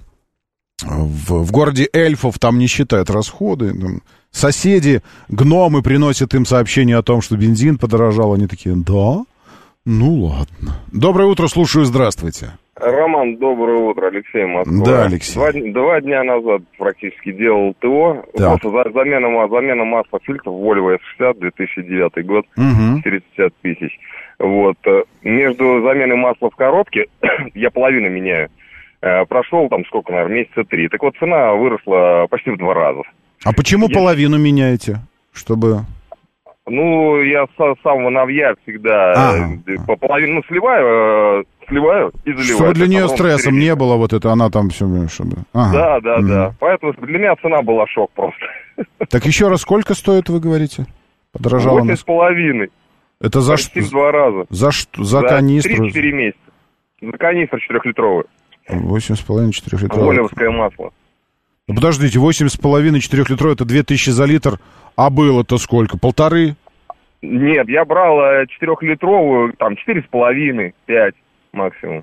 Speaker 2: городе Эльфов, там не считают расходы. Там соседи, гномы приносят им сообщение о том, что бензин подорожал. Они такие, да? Ну ладно. Доброе утро, слушаю, здравствуйте.
Speaker 12: Роман, доброе утро, Алексей, Москва.
Speaker 2: Да, Алексей.
Speaker 12: 2 дня назад практически делал ТО. Замена масла фильтра Volvo S60, 2009 год, 450 тысяч. Вот. Между заменой масла в коробке я половину меняю. Прошел там сколько, наверное, месяца 3. Так вот, цена выросла почти в 2 раза.
Speaker 2: А почему половину меняете? Чтобы...
Speaker 12: Ну, я с самого новья всегда половину сливаю и заливаю.
Speaker 2: Чтобы для нее стрессом не было вот это, она там все... Чтобы...
Speaker 12: Да. Поэтому для меня цена была шок просто.
Speaker 2: Так еще раз, сколько стоит, вы говорите? Подорожало
Speaker 12: 8,5.
Speaker 2: Это за что?
Speaker 12: Почти в 2 раза.
Speaker 2: За что? За канистру?
Speaker 12: 3-4 месяца. За канистру 4-литровую.
Speaker 2: 8,5 4-литровое.
Speaker 12: Волевское масло.
Speaker 2: Ну, подождите, 8,5 4-литровое, это 2000 за литр. А было-то сколько? 1,5?
Speaker 12: Нет, я брал 4-литровую, там 4,5, 5 максимум.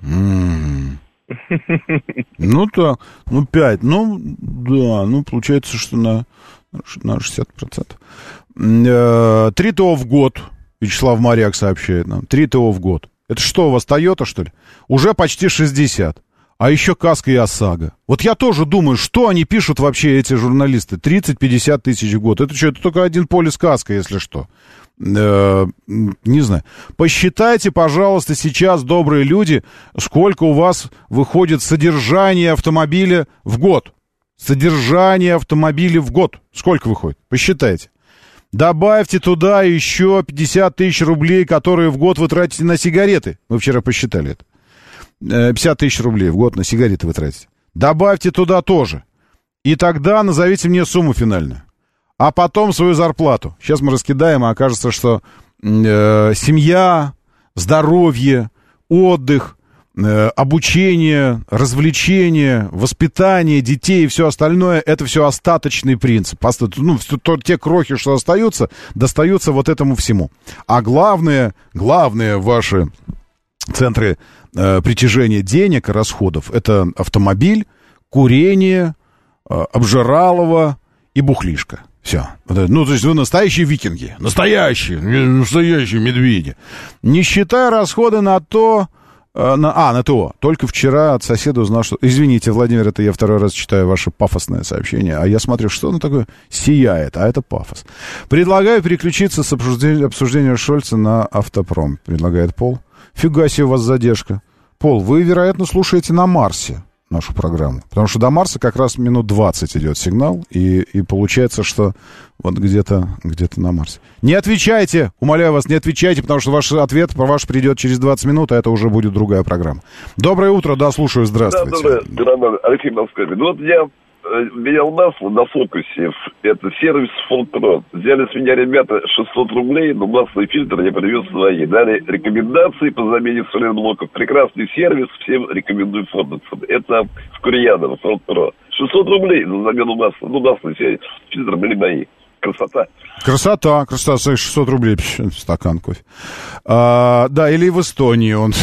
Speaker 2: Ну так, 5, получается, что на 60%. 3 ТО в год, Вячеслав Моряк сообщает нам, 3 ТО в год. Это что, у вас Toyota, что ли? Уже почти 60. А еще Каска и ОСАГО. Вот я тоже думаю, что они пишут вообще, эти журналисты? 30-50 тысяч в год. Это что, это только один полис Каска, если что. не знаю. Посчитайте, пожалуйста, сейчас, добрые люди, сколько у вас выходит содержание автомобиля в год. Содержание автомобиля в год. Сколько выходит? Посчитайте. Добавьте туда еще 50 тысяч рублей, которые в год вы тратите на сигареты. Мы вчера посчитали это. 50 тысяч рублей в год на сигареты вы тратите. Добавьте туда тоже. И тогда назовите мне сумму финальную. А потом свою зарплату. Сейчас мы раскидаем, а окажется, что семья, здоровье, отдых, обучение, развлечение, воспитание детей и все остальное, это все остаточный принцип. Ну, те крохи, что остаются, достаются вот этому всему. А главные ваши центры притяжения денег и расходов — это автомобиль, курение, обжиралово и бухлишка. Все. Ну, то есть вы настоящие викинги. Настоящие медведи. Не считая расходы на то... на ТО. Только вчера от соседа узнал, что... Извините, Владимир, это я второй раз читаю ваше пафосное сообщение, а я смотрю, что оно такое сияет, а это пафос. Предлагаю переключиться с обсуждения Шольца на автопром, предлагает Пол. Фига себе у вас задержка. Пол, вы, вероятно, слушаете на Марсе нашу программу, потому что до Марса как раз минут 20 идет сигнал, и получается, что вот где-то на Марсе. Не отвечайте, умоляю вас, не отвечайте, потому что ваш ответ придет через 20 минут, а это уже будет другая программа. Доброе утро, да, слушаю, здравствуйте.
Speaker 9: Да, доброе, Роман, Алексей Москвин. Ну вот я менял масло на Фокусе, это сервис Фолтро. Взяли с меня ребята 600 рублей, но масло и фильтр я привез свои. Дали рекомендации по замене соленблоков. Прекрасный сервис, всем рекомендую пользоваться. Это в Курьяново, Фолтро. 600 рублей за замену масла. Ну, масло и фильтр были мои. Красота.
Speaker 2: Красота, 600 рублей стакан кофе. Да, или в Эстонии он...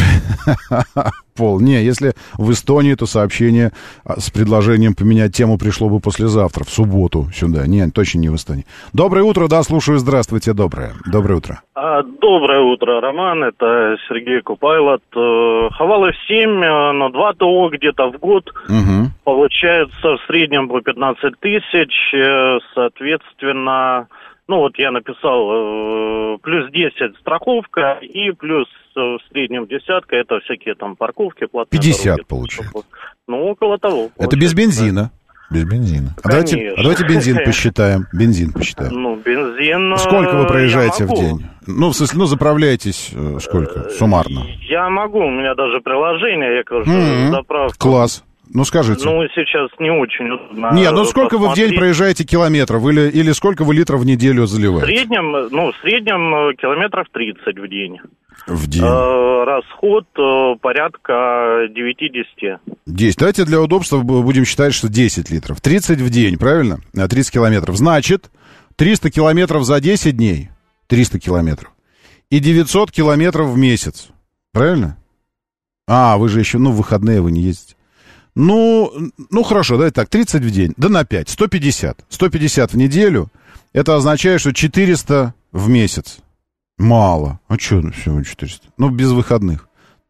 Speaker 2: Пол. Не, если в Эстонии, то сообщение с предложением поменять тему пришло бы послезавтра, в субботу сюда. Не, точно не в Эстонии. Доброе утро, да, слушаю, здравствуйте, доброе утро.
Speaker 13: Доброе утро, Роман, это Сергей Купайлот. Хавалы 7 на 2 ТО где-то в год. Угу. Получается в среднем по 15 тысяч, соответственно... Ну, вот я написал плюс 10 страховка и плюс в среднем десятка, это всякие там парковки, платные
Speaker 2: 50
Speaker 13: дороги,
Speaker 2: получается.
Speaker 13: Ну, около того.
Speaker 2: Это без бензина. Без бензина. Давайте бензин посчитаем.
Speaker 13: Ну, бензин...
Speaker 2: Сколько вы проезжаете в день? Ну, в смысле, заправляетесь сколько, суммарно?
Speaker 13: Я могу, у меня даже приложение, я кажется, заправку.
Speaker 2: Класс. Ну, скажите.
Speaker 13: Ну, сейчас не очень удобно.
Speaker 2: Нет, ну сколько вы в день проезжаете километров? Или сколько вы литров в неделю заливаете?
Speaker 13: В среднем километров 30 в день.
Speaker 2: В день.
Speaker 13: Расход порядка 9-10.
Speaker 2: 10. Давайте для удобства будем считать, что 10 литров. 30 в день, правильно? 30 километров. Значит, 300 километров за 10 дней. 300 километров. И 900 километров в месяц. Правильно? Вы же еще, в выходные вы не ездите. Ну, хорошо, давайте так, 30 в день, да на 5, 150. 150 в неделю, это означает, что 400 в месяц. Мало. А что всего 400? Без выходных.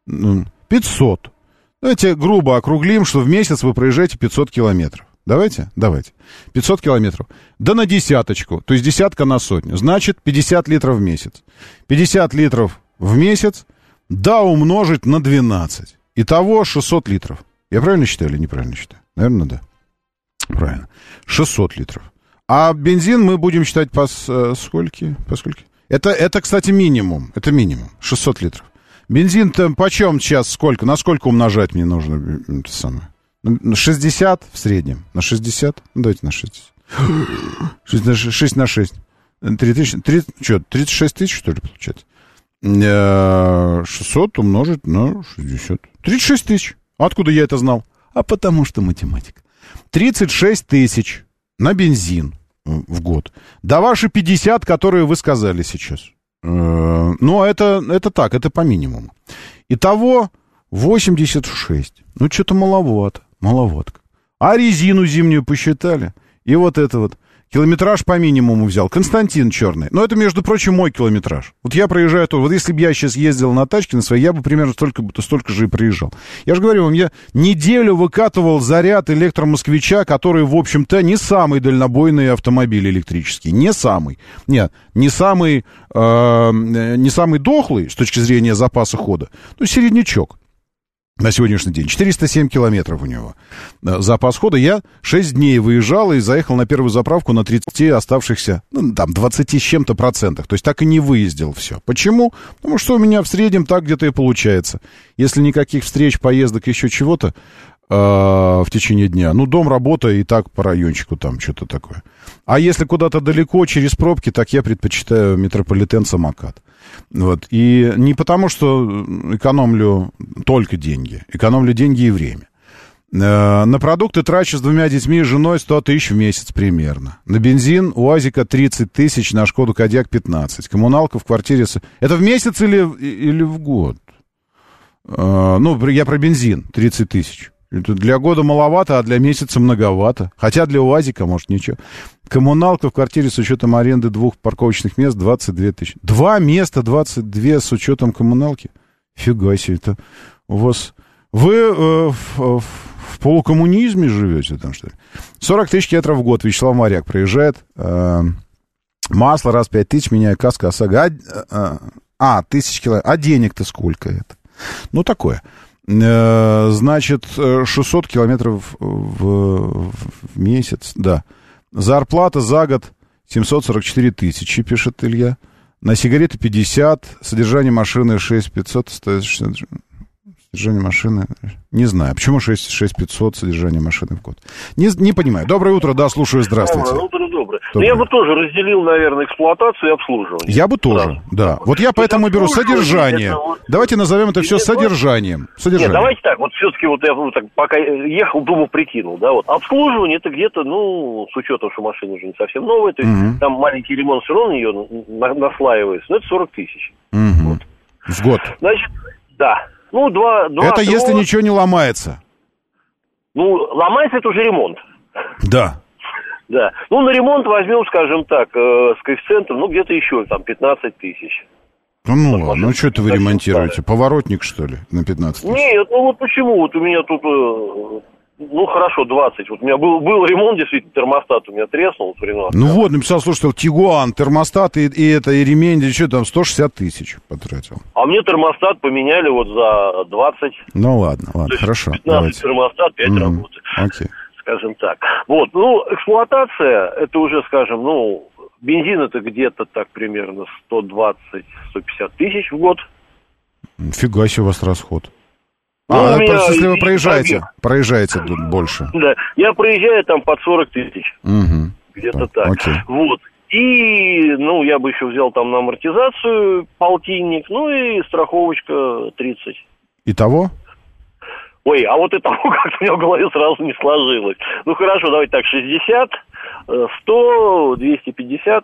Speaker 2: 500. Давайте грубо округлим, что в месяц вы проезжаете 500 километров. Давайте. 500 километров. Да на десяточку, то есть десятка на сотню. Значит, 50 литров в месяц. 50 литров в месяц, да умножить на 12. Итого 600 литров. Я правильно считаю или неправильно считаю? Наверное, да. Правильно. 600 литров. А бензин мы будем считать по скольки? Это, кстати, минимум. Это минимум. 600 литров. Бензин-то почем сейчас сколько? На сколько умножать мне нужно? Это самое? На 60 в среднем. На 60? Давайте на 60. 6 на 6. 36 тысяч, что ли, получается? 600 умножить на 60. 36 тысяч. Откуда я это знал? Потому что математика. 36 тысяч на бензин в год. Да ваши 50, которые вы сказали сейчас. Это так, это по минимуму. Итого 86. Что-то маловато. А резину зимнюю посчитали. И вот это вот. Километраж по минимуму взял. Константин Черный. Но это, между прочим, мой километраж. Вот я проезжаю тут. Вот если бы я сейчас ездил на тачке на своей, я бы примерно столько же и проезжал. Я же говорю вам, я неделю выкатывал заряд электромосквича, который, в общем-то, не самый дальнобойный автомобиль электрический. Не самый. Нет, не самый дохлый с точки зрения запаса хода. Ну, середнячок. На сегодняшний день. 407 километров у него запас хода. Я 6 дней выезжал и заехал на первую заправку на 30 оставшихся, 20 с чем-то процентах. То есть так и не выездил все. Почему? Потому что у меня в среднем так где-то и получается. Если никаких встреч, поездок, еще чего-то в течение дня. Дом, работа и так по райончику там что-то такое. А если куда-то далеко, через пробки, так я предпочитаю метрополитен, самокат. Вот. И не потому, что экономлю только деньги. Экономлю деньги и время. На продукты трачу с 2 детьми и женой 100 тысяч в месяц примерно. На бензин у УАЗика 30 тысяч, на Шкоду Кодиак 15. Коммуналка в квартире... Это в месяц или в год? Я про бензин 30 тысяч. Это для года маловато, а для месяца многовато. Хотя для УАЗика, может, ничего. Коммуналка в квартире с учетом аренды 2 парковочных мест 22 тысячи. 2 места 22 с учетом коммуналки? Фига себе, это у вас... Вы в полукоммунизме живете там, что ли? 40 тысяч километров в год Вячеслав Моряк проезжает. Масло раз 5 тысяч, меняю каска, ОСАГО. 1000 километров. А денег-то сколько это? Такое. Значит, 600 километров в месяц, да. Зарплата за год 744 тысячи, пишет Илья. На сигареты 50, содержание машины 6500, содержание машины... Не знаю, почему 6500 содержание машины в год? Не понимаю. Доброе утро, да, слушаю, здравствуйте.
Speaker 14: Доброе. Я бы тоже разделил, наверное, эксплуатацию и обслуживание.
Speaker 2: Я бы тоже, да. Вот я поэтому беру содержание. Давайте назовем это все содержанием. Нет,
Speaker 14: давайте так, вот все-таки вот я пока ехал, думал, прикинул, да, вот. Обслуживание это где-то, с учетом, что машина уже не совсем новая, то есть там маленький ремонт все равно ее наслаивается, но это 40 тысяч.
Speaker 2: Вот. В год?
Speaker 14: Значит, да.
Speaker 2: Это если ничего не ломается.
Speaker 14: Ломается это уже ремонт.
Speaker 2: Да.
Speaker 14: Да. На ремонт возьмем, скажем так, с коэффициентом, где-то еще там 15 тысяч.
Speaker 2: Ладно, что это вы ремонтируете? Поворотник, что ли, на 15 тысяч?
Speaker 14: Нет, почему? Вот у меня тут, хорошо, 20. Вот у меня был ремонт, действительно, термостат у меня треснул.
Speaker 2: Написал, слушай, Тигуан, термостат и ремень, что там, 160 тысяч потратил.
Speaker 14: А мне термостат поменяли за 20.
Speaker 2: Ладно, хорошо.
Speaker 14: 15 давайте. Термостат, 5 работы.
Speaker 2: Окей.
Speaker 14: Скажем так. Эксплуатация, это уже, скажем, бензин это где-то так примерно 120-150 тысяч в год.
Speaker 2: Фига себе у вас расход. Если вы проезжаете больше.
Speaker 14: Да, я проезжаю там под 40 тысяч. Где-то так.
Speaker 2: Окей.
Speaker 14: Вот. И, я бы еще взял там на амортизацию полтинник, и страховочка 30.
Speaker 2: Итого?
Speaker 14: Ой, а вот это как-то у меня в голове сразу не сложилось. Хорошо, давайте так, 60, 100, 250,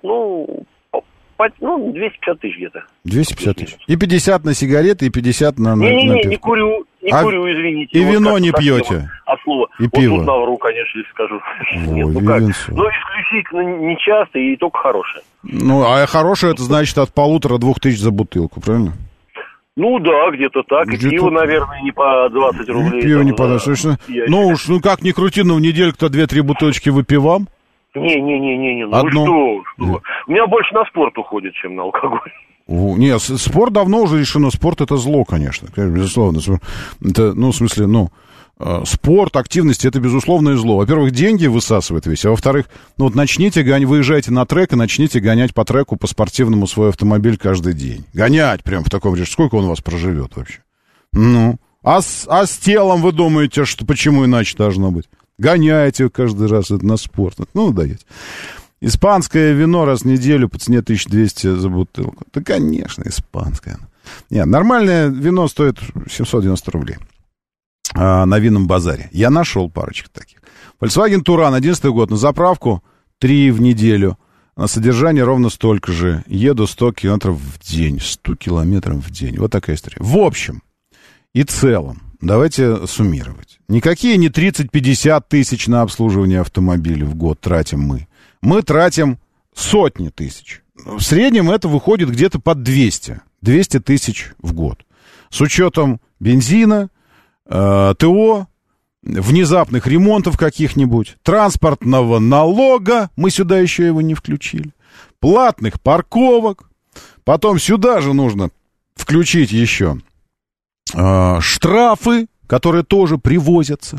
Speaker 14: 250 тысяч где-то.
Speaker 2: 250 тысяч. И 50 на сигареты, и 50 на пивко.
Speaker 14: Не курю, извините.
Speaker 2: И вино не пьете?
Speaker 14: От слова.
Speaker 2: И пиво?
Speaker 14: Тут навру, конечно, если скажу. Нет, исключительно не часто и только хорошее.
Speaker 2: А хорошее, это значит от 1500-2000 тысяч за бутылку, правильно?
Speaker 14: Да, где-то так. И пиво, наверное, не по 20 рублей.
Speaker 2: Пиво не по 20. Как ни крути, в недельку-то 2-3 бутылочки выпивам.
Speaker 14: Не.
Speaker 2: Одну?
Speaker 14: Что? У меня больше на спорт уходит, чем на алкоголь.
Speaker 2: Нет, спорт давно уже решено. Спорт это зло, конечно. Безусловно. Это, спорт, активность это безусловное зло. Во-первых, деньги высасывает весь. А во-вторых, начните выезжайте на трек и начните гонять по треку, по спортивному свой автомобиль каждый день. Гонять прям в таком режиме. Сколько он у вас проживет вообще? А с телом вы думаете, что почему иначе должно быть? Гоняете каждый раз это на спорт. Даете. Испанское вино раз в неделю по цене 1200 за бутылку. Да, конечно, испанское. Нет, нормальное вино стоит 790 рублей на винном базаре. Я нашел парочку таких. Volkswagen Touran, 11 год, на заправку 3 в неделю. На содержание ровно столько же. Еду 100 километров в день. 100 километров в день. Вот такая история. В общем и целом, давайте суммировать. Никакие не 30-50 тысяч на обслуживание автомобиля в год тратим мы. мы тратим сотни тысяч. В среднем это выходит где-то под 200 тысяч в год. С учетом бензина, ТО, внезапных ремонтов каких-нибудь, транспортного налога, мы сюда еще его не включили, платных парковок, потом сюда же нужно включить еще штрафы, которые тоже привозятся,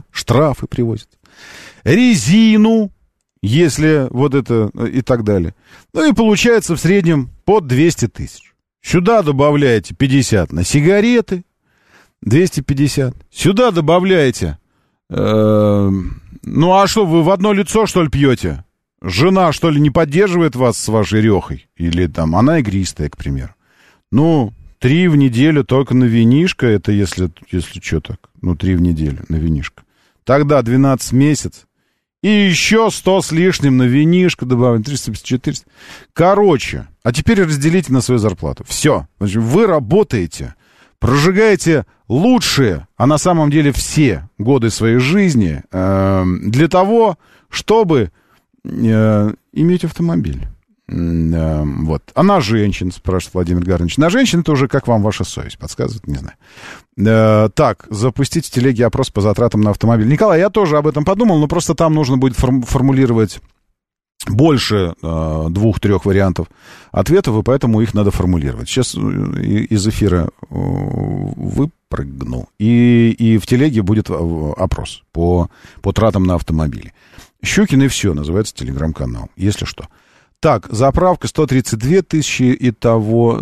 Speaker 2: резину, если вот это и так далее. Ну и получается в среднем под 200 тысяч. Сюда добавляете 50 на сигареты, 250. Сюда добавляете, ну а что, вы в одно лицо, что ли, пьете? Жена, что ли, не поддерживает вас с вашей рехой? Или там она игристая, к примеру. Ну, 3 в неделю только на винишко, это если что так, ну 3 в неделю на винишко. Тогда 12 месяцев. И еще 100 с лишним на винишко добавим, 350-400. Короче, а теперь разделите на свою зарплату. Все. Значит, вы работаете, прожигаете лучшие, а на самом деле все годы своей жизни для того, чтобы иметь автомобиль. Вот. А на женщин, спрашивает Владимир Гарнович. На женщин это уже как вам ваша совесть подсказывает, не знаю. Так, запустить в телеге опрос по затратам на автомобиль. Николай, я тоже об этом подумал, но просто там нужно будет формулировать больше 2-3 вариантов ответов, и поэтому их надо формулировать. Сейчас из эфира выпрыгну, и в телеге будет опрос по тратам на автомобили. Щукин и все, называется телеграм-канал, если что. Так, заправка 132 тысячи, итого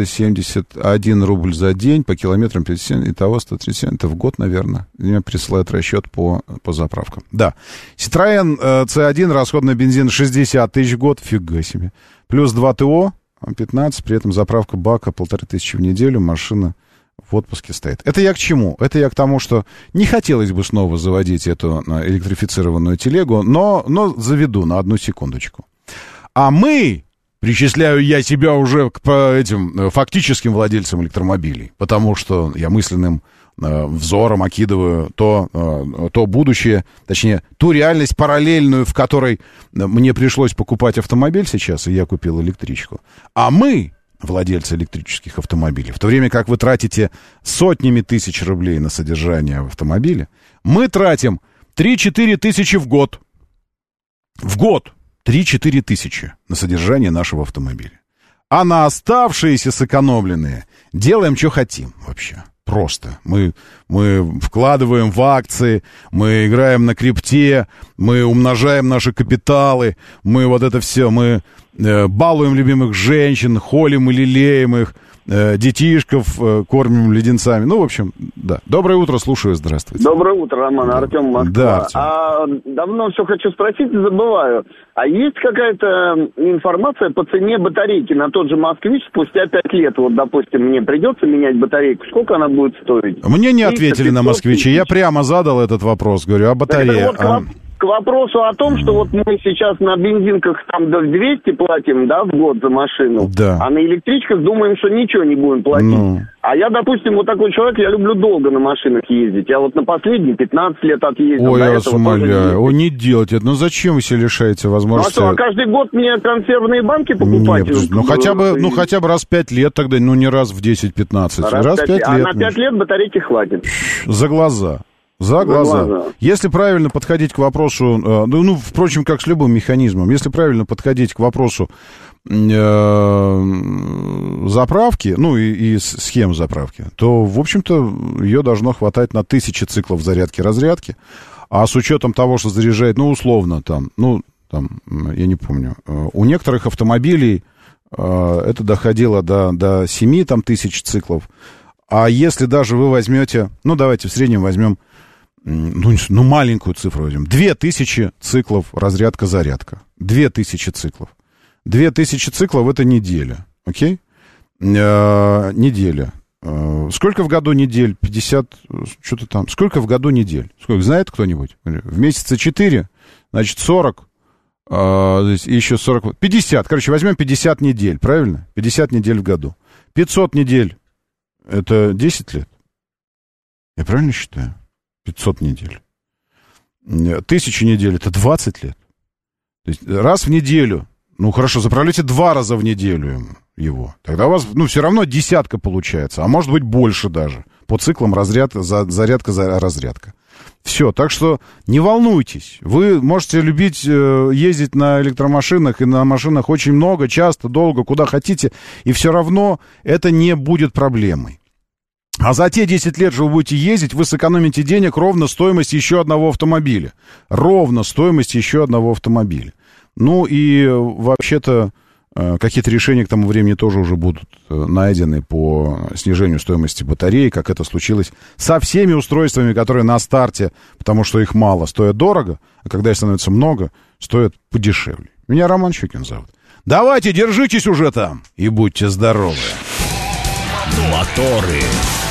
Speaker 2: 371 рубль за день, по километрам 57, итого 137, это в год, наверное. Мне присылают расчет по заправкам. Да, Citroёn C1, расход на бензин 60 тысяч в год, фига себе. Плюс 2 ТО, 15, при этом заправка бака 1500 в неделю, машина в отпуске стоит. Это я к чему? Это я к тому, что не хотелось бы снова заводить эту электрифицированную телегу, но заведу на одну секундочку. А мы, причисляю я себя уже к этим фактическим владельцам электромобилей, потому что я мысленным взором окидываю то будущее, точнее, ту реальность параллельную, в которой мне пришлось покупать автомобиль сейчас, и я купил электричку. А мы, владельцы электрических автомобилей, в то время как вы тратите сотнями тысяч рублей на содержание в автомобиле, мы тратим 3-4 тысячи в год. В год. 3-4 тысячи на содержание нашего автомобиля. А на оставшиеся сэкономленные делаем, что хотим вообще. Просто. Мы вкладываем в акции, мы играем на крипте, мы умножаем наши капиталы, мы вот это все, мы балуем любимых женщин, холим и лелеем их, детишков кормим леденцами. Ну, в общем, да. Доброе утро, слушаю, здравствуйте.
Speaker 15: Доброе утро, Роман, Артем, Москва.
Speaker 2: Да, Артем.
Speaker 15: Давно все хочу спросить и забываю. А есть какая-то информация по цене батарейки на тот же «Москвич» спустя 5 лет? Вот, допустим, мне придется менять батарейку. Сколько она будет стоить?
Speaker 2: Мне не ответили на «Москвиче». Я прямо задал этот вопрос. Говорю, а батарея?
Speaker 15: К вопросу о том, что вот мы сейчас на бензинках там до 200 платим, да, в год за машину,
Speaker 2: да.
Speaker 15: А на электричках думаем, что ничего не будем платить. А я, допустим, вот такой человек, я люблю долго на машинах ездить. Я вот на последние 15 лет отъездил.
Speaker 2: Ой, я вас умоляю. Ой, не делайте это. Ну зачем вы себе лишаете возможности?
Speaker 15: Ну а что, каждый год мне консервные банки покупать?
Speaker 2: Нет, хотя бы раз в 5 лет тогда, ну не раз в 10-15. Раз в 5 лет.
Speaker 15: А на 5 лет батарейки хватит.
Speaker 2: За глаза. За глаза. Если правильно подходить к вопросу, впрочем, как с любым механизмом, если правильно подходить к вопросу заправки, ну и схем заправки, то, в общем-то, ее должно хватать на 1000 циклов зарядки-разрядки, а с учетом того, что заряжает, условно, я не помню, у некоторых автомобилей это доходило до 7 тысяч циклов, а если даже вы возьмете, давайте в среднем возьмем, маленькую цифру возьмем. 2000 циклов разрядка-зарядка. 2000 циклов. 2000 циклов — это неделя. Окей? Неделя. Сколько в году недель? 50, что-то там. Сколько в году недель? Сколько, знает кто-нибудь? В месяце 4, значит, 40. Еще 40. 50. Короче, возьмем 50 недель, правильно? 50 недель в году. 500 недель — это 10 лет. Я правильно считаю? 500 недель. 1000 недель — это 20 лет. То есть раз в неделю, ну хорошо, заправляйте 2 раза в неделю его. Тогда у вас, ну, все равно 10 получается, а может быть больше даже. По циклам зарядка. Все, так что не волнуйтесь. Вы можете любить ездить на электромашинах и на машинах очень много, часто, долго, куда хотите, и все равно это не будет проблемой. А за те 10 лет, что вы будете ездить, вы сэкономите денег ровно стоимость еще одного автомобиля. Ровно стоимость еще одного автомобиля. Ну и вообще-то какие-то решения к тому времени тоже уже будут найдены по снижению стоимости батареи, как это случилось со всеми устройствами, которые на старте, потому что их мало, стоят дорого, а когда их становится много, стоят подешевле. Меня Роман Щукин зовут. Давайте, держитесь уже там и будьте здоровы.
Speaker 1: Моторы.